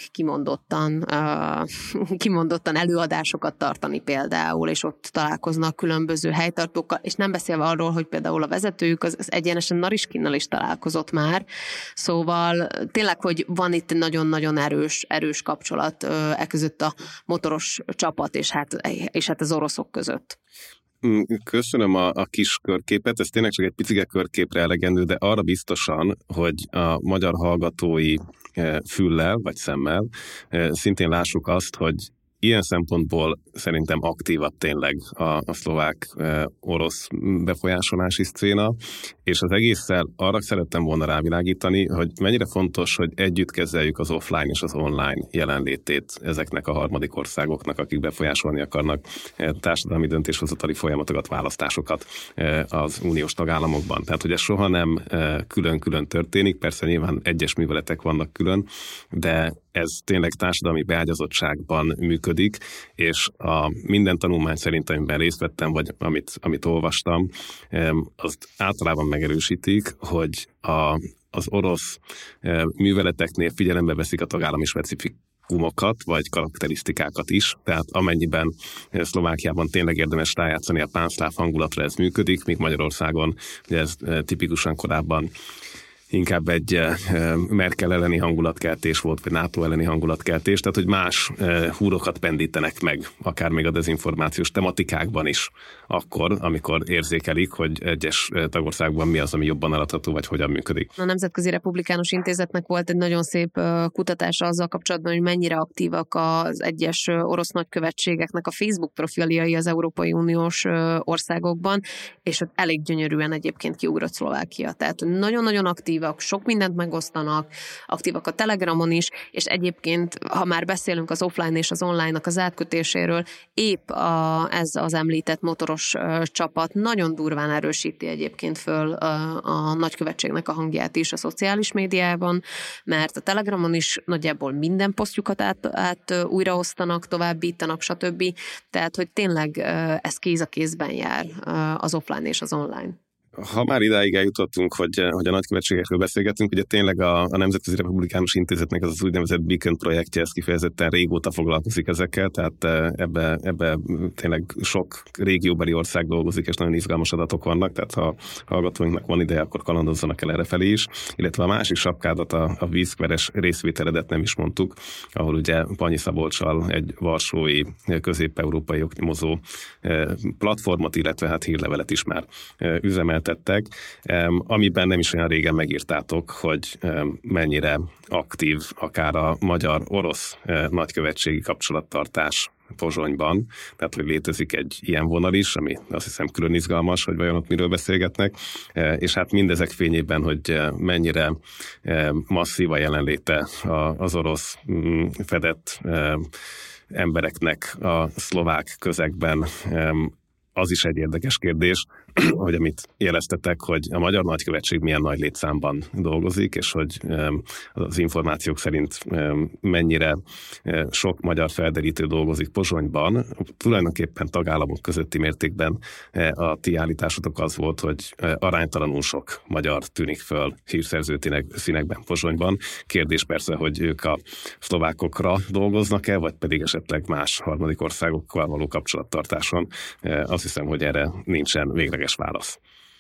kimondottan előadásokat tartani például, és ott találkoznak különböző helytartókkal, és nem beszélve arról, hogy például a vezetőjük az egyenesen Nariskinnal is találkozott már. Szóval tényleg, hogy van itt nagyon-nagyon erős kapcsolat között a motoros csapat, és hát az oroszok között. Köszönöm a kis körképet, ez tényleg csak egy picike körképre elegendő, de arra biztosan, hogy a magyar hallgatói füllel vagy szemmel szintén lássuk azt, hogy ilyen szempontból szerintem aktívabb tényleg a szlovák-orosz befolyásolási szcéna, és az egésszel arra szerettem volna rávilágítani, hogy mennyire fontos, hogy együtt kezeljük az offline és az online jelenlétét ezeknek a harmadik országoknak, akik befolyásolni akarnak társadalmi döntéshozatali folyamatokat, választásokat az uniós tagállamokban. Tehát, hogy ez soha nem külön-külön történik, persze nyilván egyes műveletek vannak külön, de ez tényleg társadalmi beágyazottságban működik, és a minden tanulmány szerint, amiben részt vettem, vagy amit olvastam, azt általában megerősítik, hogy az orosz műveleteknél figyelembe veszik a tagállami specifikumokat, vagy karakterisztikákat is, tehát amennyiben Szlovákiában tényleg érdemes rájátszani a pánszláv hangulatra, ez működik, míg Magyarországon ugye ez tipikusan korábban inkább egy Merkel elleni hangulatkeltés volt, vagy NATO elleni hangulatkeltés, tehát hogy más húrokat pendítenek meg, akár még a dezinformációs tematikákban is, akkor, amikor érzékelik, hogy egyes tagországban mi az, ami jobban eladható, vagy hogyan működik. A Nemzetközi Republikánus Intézetnek volt egy nagyon szép kutatása azzal kapcsolatban, hogy mennyire aktívak az egyes orosz nagykövetségeknek a Facebook profiljai az Európai Uniós országokban, és ott elég gyönyörűen egyébként kiugrott Szlovákia. Tehát nagyon-nagyon aktívak, sok mindent megosztanak, aktívak a Telegramon is, és egyébként, ha már beszélünk az offline és az online-nak az átkötéséről, épp ez az említett motoros csapat nagyon durván erősíti egyébként föl a nagykövetségnek a hangját is a szociális médiában, mert a Telegramon is nagyjából minden posztjukat át újraosztanak, továbbítanak, stb. Tehát, hogy tényleg ez kéz a kézben jár az offline és az online. Ha már idáig eljutottunk, hogy a nagykövetségekről beszélgetünk, ugye tényleg a Nemzetközi Republikánus Intézetnek az úgynevezett Beacon projektje, ez kifejezetten régóta foglalkozik ezekkel, tehát ebbe tényleg sok régióbeli ország dolgozik, és nagyon izgalmas adatok vannak, tehát ha hallgatóinknak van ideje, akkor kalandozzanak el errefelé is, illetve a másik sapkádat, a vízkveres részvételedet nem is mondtuk, ahol ugye Panyi Szabolcssal egy varsói közép-európai oknyomozó platformot, illetve hát hírlevelet is már üzemelt, amiben nem is olyan régen megírtátok, hogy mennyire aktív akár a magyar-orosz nagykövetségi kapcsolattartás Pozsonyban, tehát hogy létezik egy ilyen vonal is, ami azt hiszem külön izgalmas, hogy vajon ott miről beszélgetnek, és hát mindezek fényében, hogy mennyire masszív a jelenléte az orosz fedett embereknek a szlovák közegben, az is egy érdekes kérdés, hogy amit jeleztetek, hogy a magyar nagykövetség milyen nagy létszámban dolgozik, és hogy az információk szerint mennyire sok magyar felderítő dolgozik Pozsonyban. Tulajdonképpen tagállamok közötti mértékben a ti állításotok az volt, hogy aránytalanul sok magyar tűnik föl hírszerző színekben Pozsonyban. Kérdés persze, hogy ők a szlovákokra dolgoznak-e, vagy pedig esetleg más harmadik országokkal való kapcsolattartáson. Azt hiszem, hogy erre nincsen végleges válasz.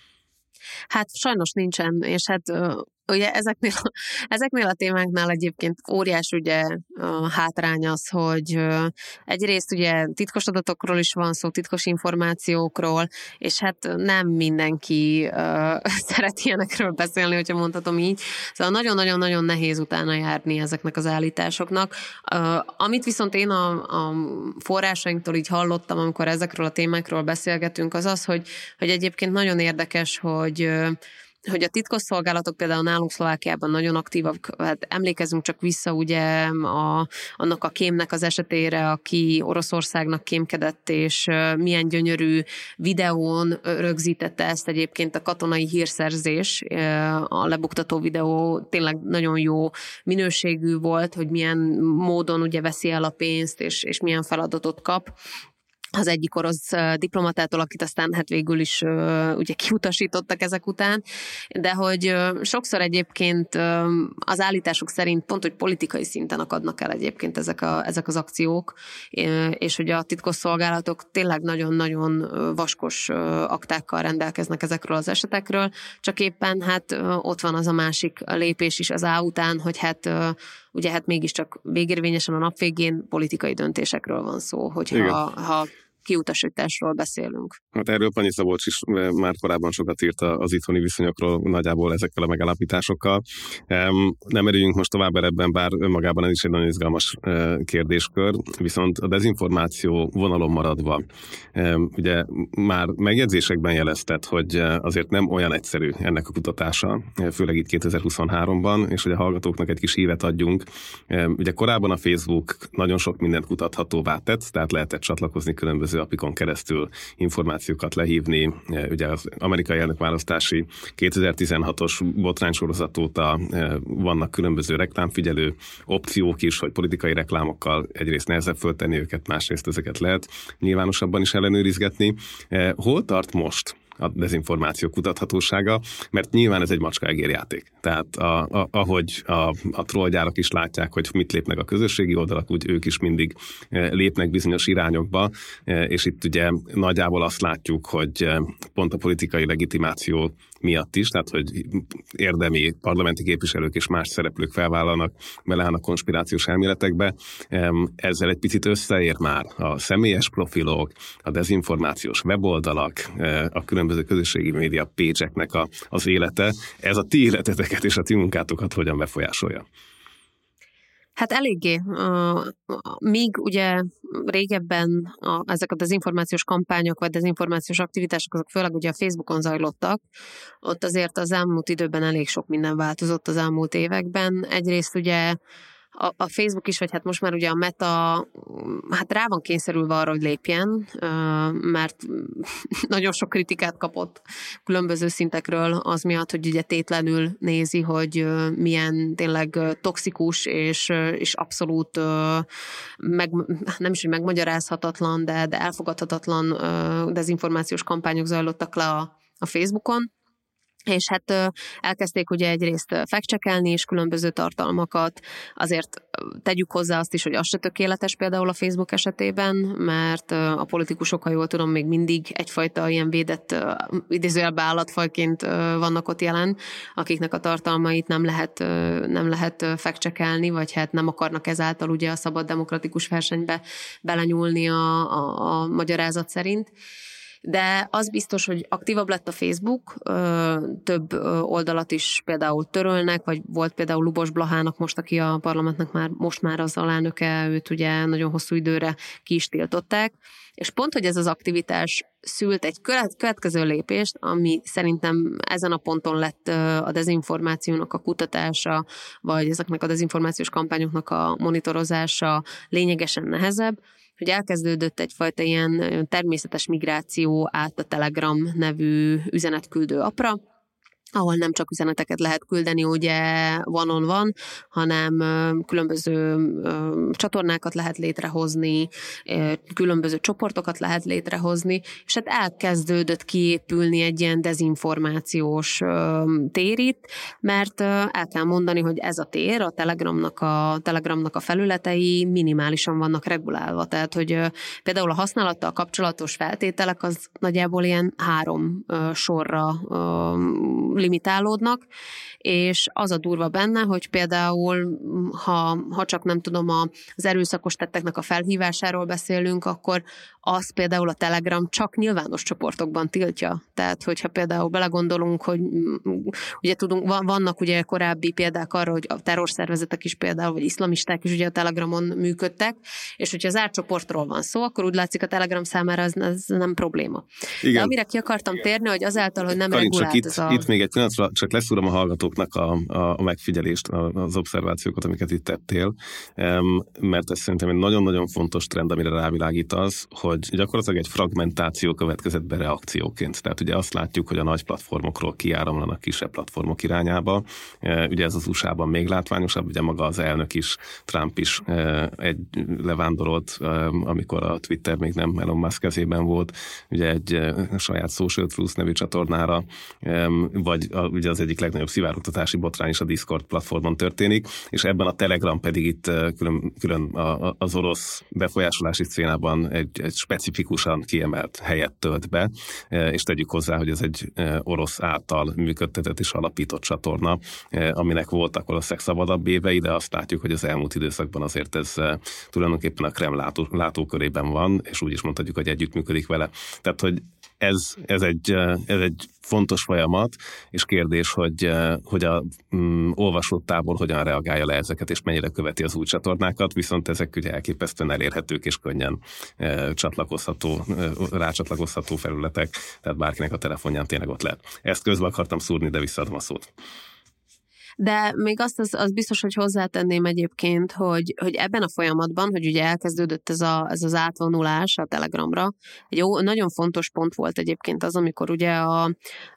Hát sajnos nincsen, és hát ugye ezeknél a témáknál egyébként óriás ugye hátrány az, hogy egyrészt ugye titkos adatokról is van szó, titkos információkról, és hát nem mindenki szeret ilyenekről beszélni, hogyha mondhatom így. Szóval nagyon-nagyon-nagyon nehéz utána járni ezeknek az állításoknak. Amit viszont én a forrásainktól így hallottam, amikor ezekről a témákról beszélgetünk, az az, hogy egyébként nagyon érdekes, hogy a titkosszolgálatok például nálunk Szlovákiában nagyon aktívak, hát emlékezünk csak vissza ugye annak a kémnek az esetére, aki Oroszországnak kémkedett, és milyen gyönyörű videón rögzítette ezt egyébként a katonai hírszerzés, a lebuktató videó tényleg nagyon jó minőségű volt, hogy milyen módon ugye veszi el a pénzt, és milyen feladatot kap az egyik orosz diplomatától, akit aztán hát végül is ugye kiutasítottak ezek után, de hogy sokszor egyébként az állítások szerint pont, hogy politikai szinten akadnak el egyébként ezek az akciók, és hogy a titkosszolgálatok tényleg nagyon-nagyon vaskos aktákkal rendelkeznek ezekről az esetekről, csak éppen hát ott van az a másik lépés is az után, hogy ugye hát mégiscsak végérvényesen a nap végén politikai döntésekről van szó, hogyha kiutasításról beszélünk. Hát erről Panyi Szabolcs is már korábban sokat írt az itthoni viszonyokról, nagyjából ezekkel a megállapításokkal. Nem erüljünk most tovább ebben, bár önmagában ez is egy nagyon izgalmas kérdéskör, viszont a dezinformáció vonalon maradva, ugye már megjegyzésekben jelezted, hogy azért nem olyan egyszerű ennek a kutatása, főleg itt 2023-ban, és hogy a hallgatóknak egy kis híret adjunk. Ugye korábban a Facebook nagyon sok mindent kutathatóvá tett, tehát lehetett csatlakozni különböző apikon keresztül információkat lehívni. Ugye az amerikai elnökválasztási 2016-os botránysorozat óta vannak különböző reklámfigyelő opciók is, hogy politikai reklámokkal egyrészt nehezebb föltenni őket, másrészt ezeket lehet nyilvánosabban is ellenőrizgetni. Hol tart most a dezinformáció kutathatósága, mert nyilván ez egy macskaegérjáték. Tehát ahogy a trollgyárak is látják, hogy mit lépnek a közösségi oldalak, úgy ők is mindig lépnek bizonyos irányokba, és itt ugye nagyjából azt látjuk, hogy pont a politikai legitimáció miatt is, tehát hogy érdemi parlamenti képviselők és más szereplők beleállnak konspirációs elméletekbe. Ezzel egy picit összeér már a személyes profilok, a dezinformációs weboldalak, a különböző közösségi média page-eknek az élete. Ez a ti életeteket és a ti munkátokat hogyan befolyásolja? Hát eléggé. Míg ugye régebben ezek a dezinformációs kampányok vagy dezinformációs aktivitások, azok főleg ugye a Facebookon zajlottak, ott azért az elmúlt időben elég sok minden változott az elmúlt években. Egyrészt ugye a Facebook is, vagy hát most már ugye a Meta, hát rá van kényszerülve arra, hogy lépjen, mert nagyon sok kritikát kapott különböző szintekről az miatt, hogy ugye tétlenül nézi, hogy milyen tényleg toxikus és abszolút nem is, hogy megmagyarázhatatlan, de elfogadhatatlan dezinformációs kampányok zajlottak le a Facebookon. És hát elkezdték ugye egyrészt fact-checkelni is különböző tartalmakat, azért tegyük hozzá azt is, hogy az se tökéletes például a Facebook esetében, mert a politikusok, ha jól tudom, még mindig egyfajta ilyen védett idézőjelbe állatfajként vannak ott jelen, akiknek a tartalmait nem lehet fact-checkelni, vagy hát nem akarnak ezáltal ugye a szabad demokratikus versenybe belenyúlni a magyarázat szerint. De az biztos, hogy aktívabb lett a Facebook, több oldalat is például törölnek, vagy volt például Lubos Blahának most, aki a parlamentnek most már az alelnöke, őt ugye nagyon hosszú időre ki is tiltották, és pont, hogy ez az aktivitás szült egy következő lépést, ami szerintem ezen a ponton lett a dezinformációnak a kutatása, vagy ezeknek a dezinformációs kampányoknak a monitorozása lényegesen nehezebb, hogy elkezdődött egyfajta ilyen természetes migráció át a Telegram nevű üzenetküldő appra, ahol nem csak üzeneteket lehet küldeni, ugye one-on-one, hanem különböző csatornákat lehet létrehozni, különböző csoportokat lehet létrehozni, és hát elkezdődött kiépülni egy ilyen dezinformációs tér itt, mert el kell mondani, hogy ez a tér, a Telegramnak a felületei minimálisan vannak regulálva, tehát hogy például a használattal kapcsolatos feltételek az nagyjából ilyen 3 sorra limitálódnak, és az a durva benne, hogy például, ha csak nem tudom, az erőszakos tetteknek a felhívásáról beszélünk, akkor az például a Telegram csak nyilvános csoportokban tiltja. Tehát, hogyha például belegondolunk, hogy ugye vannak ugye korábbi példák arra, hogy a terrorszervezetek is például, vagy iszlamisták is ugye a Telegramon működtek, és hogyha az árcsoportról van szó, akkor úgy látszik a Telegram számára ez nem probléma. Igen. De amire ki akartam térni, hogy azáltal, hogy nem regulált itt még egy pillanatra csak leszúrom a hallgatóknak a megfigyelést, az obszervációkat, amiket itt tettél, mert ez szerintem egy nagyon-nagyon fontos trend, amire rávilágít az, hogy gyakorlatilag egy fragmentáció következett be reakcióként. Tehát ugye azt látjuk, hogy a nagy platformokról kiáramlanak kisebb platformok irányába. Ugye ez az USA-ban még látványosabb, ugye maga az elnök is, Trump is egy levándorolt, amikor a Twitter még nem Elon Musk kezében volt, ugye egy saját Social Truth nevű csatornára, vagy ugye az egyik legnagyobb szivárogtatási botrány is a Discord platformon történik, és ebben a Telegram pedig itt külön az orosz befolyásolási szcénában egy specifikusan kiemelt helyet tölt be, és tegyük hozzá, hogy ez egy orosz által működtetett és alapított csatorna, aminek voltak valószínűleg szabadabb évei, de azt látjuk, hogy az elmúlt időszakban azért ez tulajdonképpen a Kreml látókörében van, és úgy is mondhatjuk, hogy együttműködik vele. Tehát, hogy ez egy fontos folyamat, és kérdés, hogy a olvasótábor hogyan reagálja le ezeket, és mennyire követi az új csatornákat, viszont ezek ugye elképesztően elérhetők, és könnyen rácsatlakozható felületek, tehát bárkinek a telefonján tényleg ott lehet. Ezt közben akartam szúrni, de visszaadom a szót. De még az biztos, hogy hozzátenném egyébként, hogy ebben a folyamatban, hogy ugye elkezdődött ez az átvonulás a Telegramra, egy nagyon fontos pont volt egyébként az, amikor ugye a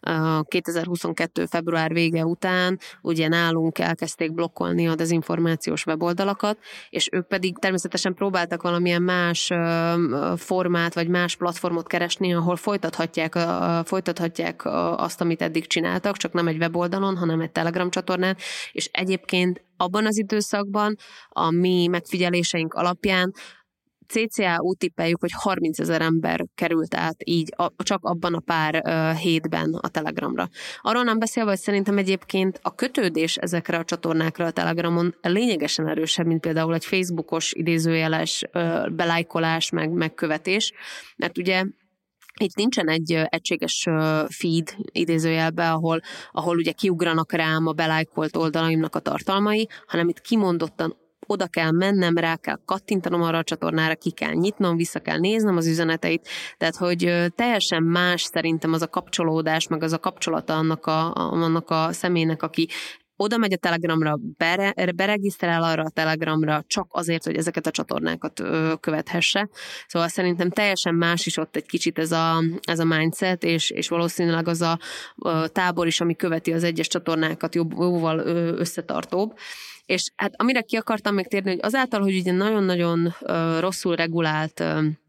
2022. február vége után ugye nálunk elkezdték blokkolni a dezinformációs weboldalakat, és ők pedig természetesen próbáltak valamilyen más formát, vagy más platformot keresni, ahol folytathatják azt, amit eddig csináltak, csak nem egy weboldalon, hanem egy Telegram csatornán, és egyébként abban az időszakban a mi megfigyeléseink alapján CCA úgy tippeljük, hogy 30 000 ember került át így csak abban a pár hétben a Telegramra. Arról nem beszélve, hogy szerintem egyébként a kötődés ezekre a csatornákra a Telegramon lényegesen erősebb, mint például egy Facebookos idézőjeles belájkolás, meg követés, mert ugye itt nincsen egy egységes feed idézőjelbe, ahol ugye kiugranak rám a belájkolt oldalaimnak a tartalmai, hanem itt kimondottan oda kell mennem, rá kell kattintanom arra a csatornára, ki kell nyitnom, vissza kell néznem az üzeneteit, tehát hogy teljesen más szerintem az a kapcsolódás, meg az a kapcsolata annak a személynek, aki oda megy a Telegramra, beregisztrál arra a Telegramra csak azért, hogy ezeket a csatornákat követhesse. Szóval szerintem teljesen más is ott egy kicsit ez a mindset, és valószínűleg az a tábor is, ami követi az egyes csatornákat, jóval összetartóbb. És hát amire ki akartam még térni, hogy azáltal, hogy ugye nagyon-nagyon rosszul regulált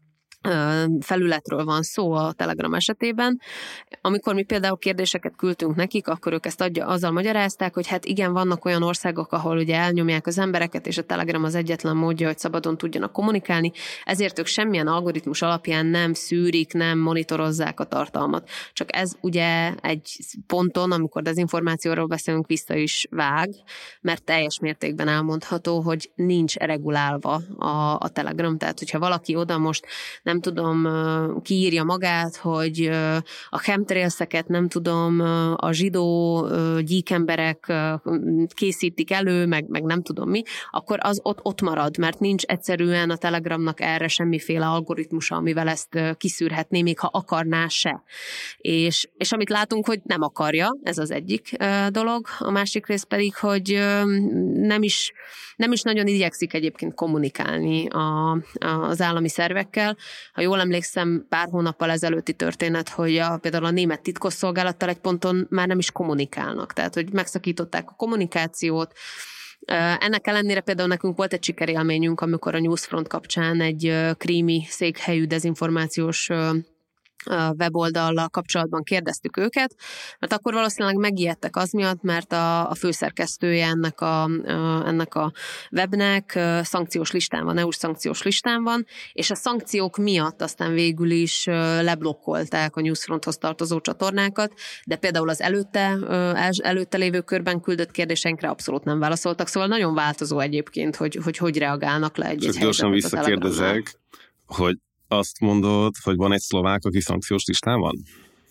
felületről van szó a Telegram esetében. Amikor mi például kérdéseket küldtünk nekik, akkor ők ezt azzal magyarázták, hogy hát igen, vannak olyan országok, ahol ugye elnyomják az embereket, és a Telegram az egyetlen módja, hogy szabadon tudjanak kommunikálni, ezért ők semmilyen algoritmus alapján nem szűrik, nem monitorozzák a tartalmat. Csak ez ugye egy ponton, amikor dezinformációról beszélünk, vissza is vág, mert teljes mértékben elmondható, hogy nincs regulálva a Telegram, tehát hogyha valaki oda most nem tudom, kiírja magát, hogy a chemtrailseket, nem tudom, a zsidó gyíkemberek készítik elő, meg nem tudom mi, akkor az ott marad, mert nincs egyszerűen a Telegramnak erre semmiféle algoritmusa, amivel ezt kiszűrhetné, még ha akarná se. És amit látunk, hogy nem akarja, ez az egyik dolog, a másik rész pedig, hogy nem is nagyon igyekszik egyébként kommunikálni az állami szervekkel. Ha jól emlékszem, pár hónappal ezelőtti történet, hogy például a német titkosszolgálattal egy ponton már nem is kommunikálnak. Tehát, hogy megszakították a kommunikációt. Ennek ellenére például nekünk volt egy sikerélményünk, amikor a Newsfront kapcsán egy krími székhelyű dezinformációs weboldallal kapcsolatban kérdeztük őket, mert akkor valószínűleg megijedtek az miatt, mert a főszerkesztője ennek a webnek szankciós listán van, EU-s szankciós listán van, és a szankciók miatt aztán végül is leblokkolták a Newsfronthoz tartozó csatornákat, de például az előtte lévő körben küldött kérdéseinkre abszolút nem válaszoltak, szóval nagyon változó egyébként, hogy reagálnak le egy helyzetet. Gyorsan visszakérdezek, hogy azt mondod, hogy van egy szlovák, aki szankciós listán van?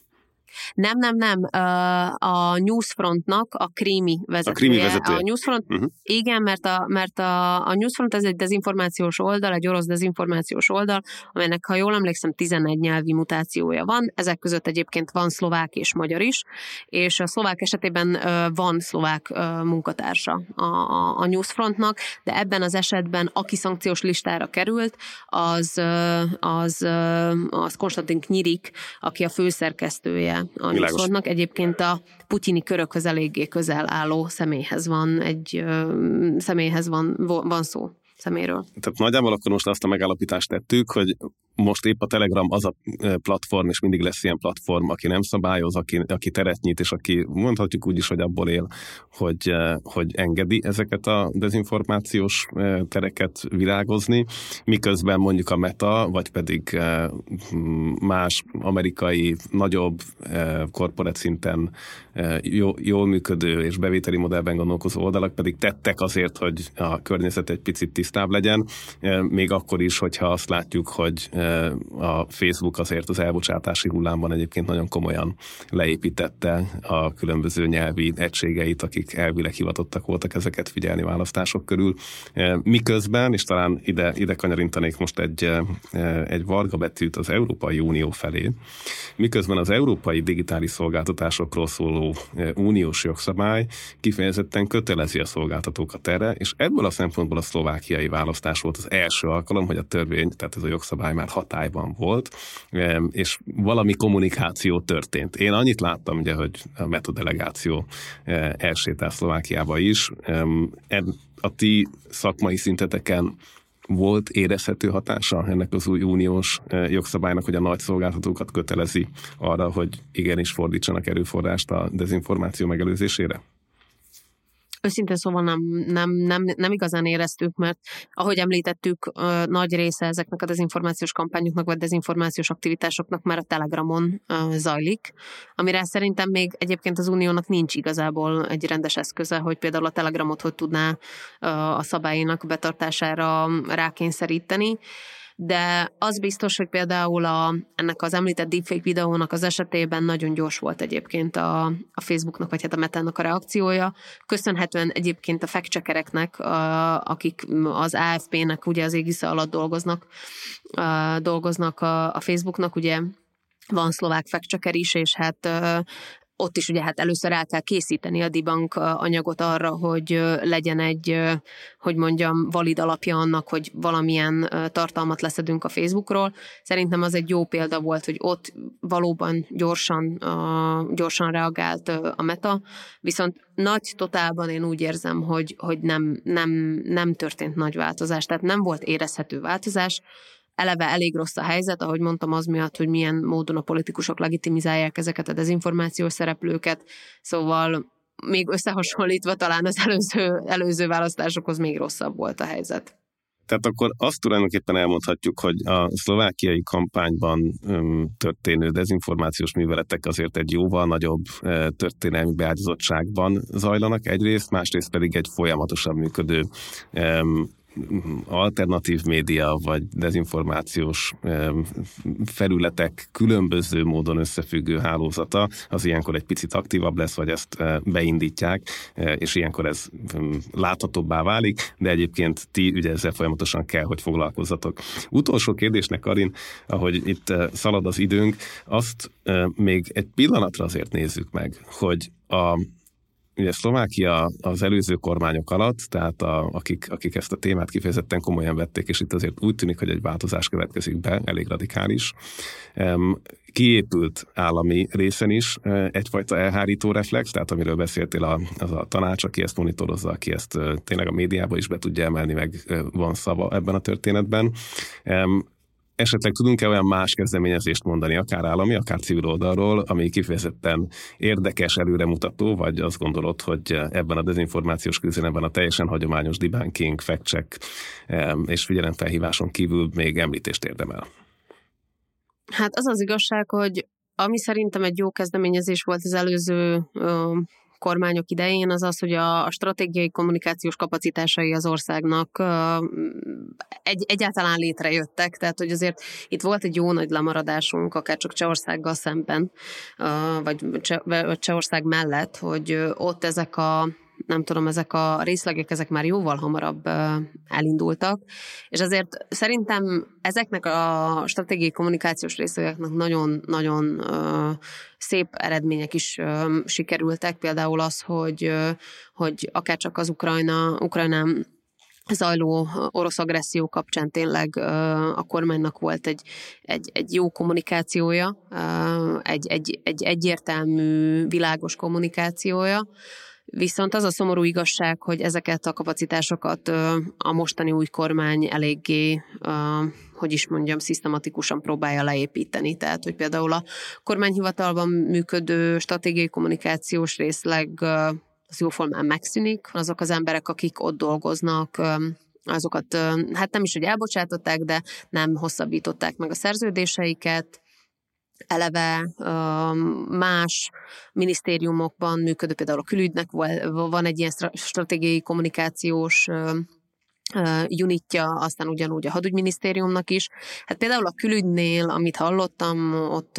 Nem. A Newsfrontnak a krími vezetője. A krími vezetője. A Newsfront, igen, mert a Newsfront ez egy dezinformációs oldal, egy orosz dezinformációs oldal, amelynek, ha jól emlékszem, 11 nyelvi mutációja van. Ezek között egyébként van szlovák és magyar is, és a szlovák esetében van szlovák munkatársa a Newsfrontnak, de ebben az esetben, aki szankciós listára került, az Konstantin Knyirik, aki a főszerkesztője a Newsfrontnak. Egyébként a putyini körökhöz eléggé közel álló személyhez van szó. Szeméről. Tehát nagyjából akkor most azt a megállapítást tettük, hogy most épp a Telegram az a platform, és mindig lesz ilyen platform, aki nem szabályoz, aki teret nyit, és aki mondhatjuk úgy is, hogy abból él, hogy engedi ezeket a dezinformációs tereket virágozni, miközben mondjuk a Meta, vagy pedig más amerikai, nagyobb korporát szinten jól működő és bevételi modellben gondolkozó oldalak pedig tettek azért, hogy a környezet egy picit tisztább legyen, még akkor is, hogyha azt látjuk, hogy a Facebook azért az elbocsátási hullámban egyébként nagyon komolyan leépítette a különböző nyelvi egységeit, akik elvileg hivatottak voltak ezeket figyelni választások körül. Miközben, és talán ide kanyarintanék most egy varga betűt az Európai Unió felé, miközben az európai digitális szolgáltatásokról szóló uniós jogszabály kifejezetten kötelezi a szolgáltatókat erre, és ebből a szempontból a szlovákiai választás volt az első alkalom, hogy a törvény, tehát ez a jogszabály már hatályban volt, és valami kommunikáció történt. Én annyit láttam, ugye, hogy a Meta delegáció elsétál Szlovákiába is. A ti szakmai szinteteken volt érezhető hatása ennek az új uniós jogszabálynak, hogy a nagy szolgáltatókat kötelezi arra, hogy igenis fordítsanak erőforrást a dezinformáció megelőzésére? Őszintén szóval nem igazán éreztük, mert ahogy említettük, nagy része ezeknek a dezinformációs kampányoknak, vagy dezinformációs aktivitásoknak már a Telegramon zajlik, amire szerintem még egyébként az Uniónak nincs igazából egy rendes eszköze, hogy például a Telegramot hogy tudná a szabályainak betartására rákényszeríteni. De az biztos, hogy például ennek az említett deepfake videónak az esetében nagyon gyors volt egyébként a Facebooknak, vagy hát a Metának a reakciója. Köszönhetően egyébként a fact-checkereknek, akik az AFP-nek ugye az égisze alatt dolgoznak a Facebooknak, ugye van szlovák fact-checker is, és hát ott is ugye hát először el kell készíteni a debunk anyagot arra, hogy legyen egy, hogy mondjam, valid alapja annak, hogy valamilyen tartalmat leszedünk a Facebookról. Szerintem az egy jó példa volt, hogy ott valóban gyorsan reagált a Meta, viszont nagy totálban én úgy érzem, hogy nem történt nagy változás, tehát nem volt érezhető változás. Eleve elég rossz a helyzet, ahogy mondtam, az miatt, hogy milyen módon a politikusok legitimizálják ezeket a dezinformációs szereplőket, szóval még összehasonlítva talán az előző választásokhoz még rosszabb volt a helyzet. Tehát akkor azt tulajdonképpen elmondhatjuk, hogy a szlovákiai kampányban történő dezinformációs műveletek azért egy jóval nagyobb történelmi beágyazottságban zajlanak egyrészt, másrészt pedig egy folyamatosan működő alternatív média vagy dezinformációs felületek különböző módon összefüggő hálózata, az ilyenkor egy picit aktívabb lesz, vagy ezt beindítják, és ilyenkor ez láthatóbbá válik, de egyébként ti ugye ezzel folyamatosan kell, hogy foglalkozzatok. Utolsó kérdésnek, Karin, ahogy itt szalad az időnk, azt még egy pillanatra azért nézzük meg, hogy ugye Szlovákia az előző kormányok alatt, tehát akik ezt a témát kifejezetten komolyan vették, és itt azért úgy tűnik, hogy egy változás következik be, elég radikális. Kiépült állami részen is egyfajta elhárító reflex, tehát amiről beszéltél, az a tanács, aki ezt monitorozza, aki ezt tényleg a médiába is be tudja emelni, meg van szava ebben a történetben. Esetleg tudunk-e olyan más kezdeményezést mondani, akár állami, akár civil oldalról, ami kifejezetten érdekes, előremutató, vagy azt gondolod, hogy ebben a dezinformációs küzdelemben a teljesen hagyományos debunking, fact-check és figyelemfelhíváson kívül még említést érdemel? Hát az az igazság, hogy ami szerintem egy jó kezdeményezés volt az előző kormányok idején, az az, hogy a stratégiai kommunikációs kapacitásai az országnak egyáltalán létrejöttek, tehát hogy azért itt volt egy jó nagy lemaradásunk, akár csak Csehországgal szemben, vagy Csehország mellett, hogy ott ezek a részlegek, ezek már jóval hamarabb elindultak, és azért szerintem ezeknek a stratégiai kommunikációs részlegeknek nagyon-nagyon szép eredmények is sikerültek, például az, hogy akárcsak az Ukrajnán zajló orosz agresszió kapcsán tényleg a kormánynak volt egy jó kommunikációja, egy egyértelmű, világos kommunikációja. Viszont az a szomorú igazság, hogy ezeket a kapacitásokat a mostani új kormány eléggé, szisztematikusan próbálja leépíteni. Tehát, hogy például a kormányhivatalban működő stratégiai kommunikációs részleg az jóformán megszűnik. Azok az emberek, akik ott dolgoznak, azokat hát nem is, hogy elbocsátották, de nem hosszabbították meg a szerződéseiket. Eleve más minisztériumokban működő, például a külügynek van egy ilyen stratégiai kommunikációs unitja, aztán ugyanúgy a hadügyminisztériumnak is. Hát például a külügynél, amit hallottam,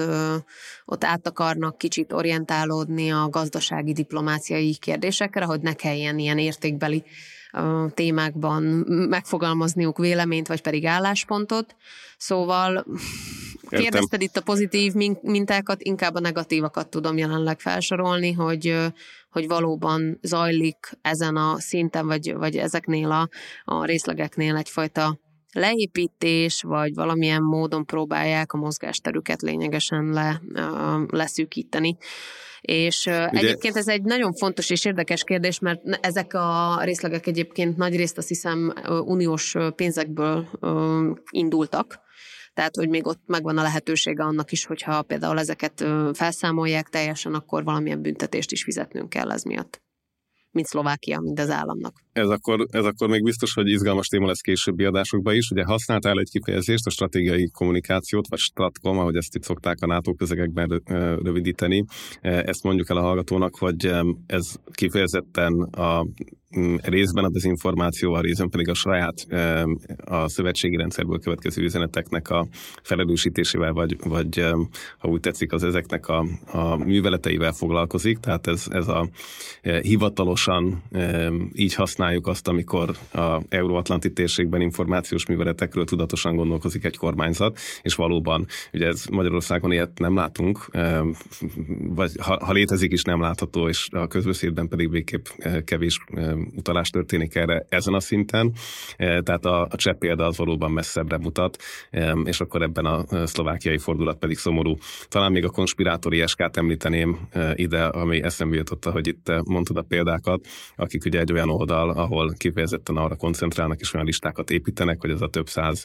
ott át akarnak kicsit orientálódni a gazdasági diplomáciai kérdésekre, hogy ne kelljen ilyen értékbeli témákban megfogalmazniuk véleményt, vagy pedig álláspontot. Szóval kérdezted itt a pozitív mintákat, inkább a negatívakat tudom jelenleg felsorolni, hogy valóban zajlik ezen a szinten, vagy ezeknél a részlegeknél egyfajta leépítés, vagy valamilyen módon próbálják a mozgásterüket lényegesen leszűkíteni. És egyébként ez egy nagyon fontos és érdekes kérdés, mert ezek a részlegek egyébként nagyrészt azt hiszem uniós pénzekből indultak, tehát hogy még ott megvan a lehetősége annak is, hogyha például ezeket felszámolják teljesen, akkor valamilyen büntetést is fizetnünk kell ez miatt. Mint Szlovákia, mint az államnak. Ez akkor még biztos, hogy izgalmas téma lesz későbbi adásokban is. Ugye használtál egy kifejezést, a stratégiai kommunikációt, vagy Stratcom, ahogy ezt itt szokták a NATO közegekben rövidíteni. Ezt mondjuk el a hallgatónak, hogy ez kifejezetten a részben a dezinformációval, részben pedig a saját a szövetségi rendszerből következő üzeneteknek a felelősítésével, vagy ha úgy tetszik, az ezeknek a műveleteivel foglalkozik. Tehát ez a hivatalosan így használjuk azt, amikor a euróatlanti térségben információs műveletekről tudatosan gondolkozik egy kormányzat, és valóban, ugye ez Magyarországon ilyet nem látunk, vagy ha létezik is nem látható, és a közbeszédben pedig végképp kevés utalás történik erre ezen a szinten, tehát a cseh példa az valóban messzebbre mutat, és akkor ebben a szlovákiai fordulat pedig szomorú. Talán még a konspirátori eskát említeném ide, ami eszembe jutott, hogy itt mondtad a példákat, akik ugye egy olyan oldal, ahol kifejezetten arra koncentrálnak, és olyan listákat építenek, hogy ez a több száz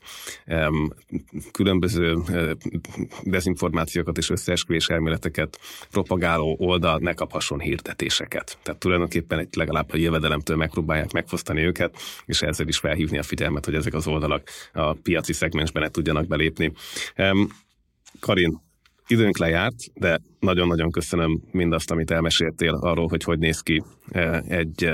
különböző dezinformációkat és összeesküvés elméleteket propagáló oldal ne kaphasson hirdetéseket. Tehát tulajdonképpen legalább a jövedelemtől megpróbálják megfosztani őket, és ezzel is felhívni a figyelmet, hogy ezek az oldalak a piaci szegmensben ne tudjanak belépni. Karin, időnk lejárt, de nagyon-nagyon köszönöm mindazt, amit elmeséltél arról, hogy néz ki egy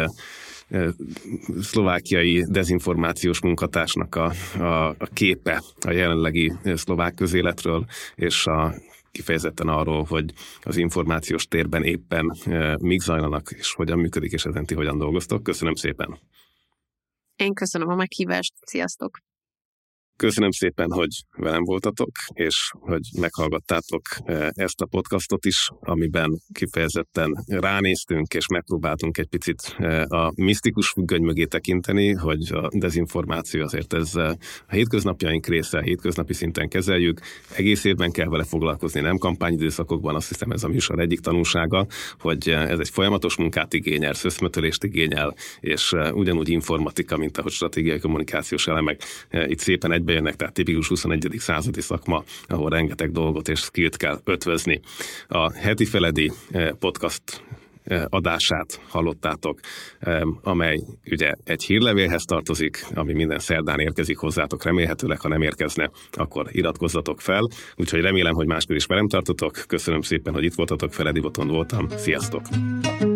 szlovákiai dezinformációs munkatársnak a képe a jelenlegi szlovák közéletről, és kifejezetten arról, hogy az információs térben éppen mik zajlanak, és hogyan működik, és ezen ti hogyan dolgoztok. Köszönöm szépen! Én köszönöm a meghívást. Sziasztok! Köszönöm szépen, hogy velem voltatok, és hogy meghallgattátok ezt a podcastot is, amiben kifejezetten ránéztünk, és megpróbáltunk egy picit a misztikus függöny mögé tekinteni, hogy a dezinformáció azért ez a hétköznapjaink része, hétköznapi szinten kezeljük. Egész évben kell vele foglalkozni, nem kampányidőszakokban, azt hiszem ez a műsor egyik tanulsága, hogy ez egy folyamatos munkát igényel, szöszmötölést igényel, és ugyanúgy informatika, mint ahogy stratégiai kommunikációs elemek itt szépen egybe jönnek, tehát tipikus 21. századi szakma, ahol rengeteg dolgot és skillt kell ötvözni. A Heti Feledi podcast adását hallottátok, amely ugye egy hírlevélhez tartozik, ami minden szerdán érkezik hozzátok, remélhetőleg, ha nem érkezne, akkor iratkozzatok fel. Úgyhogy remélem, hogy máskor is velem tartotok. Köszönöm szépen, hogy itt voltatok, Feledi Botond voltam. Sziasztok!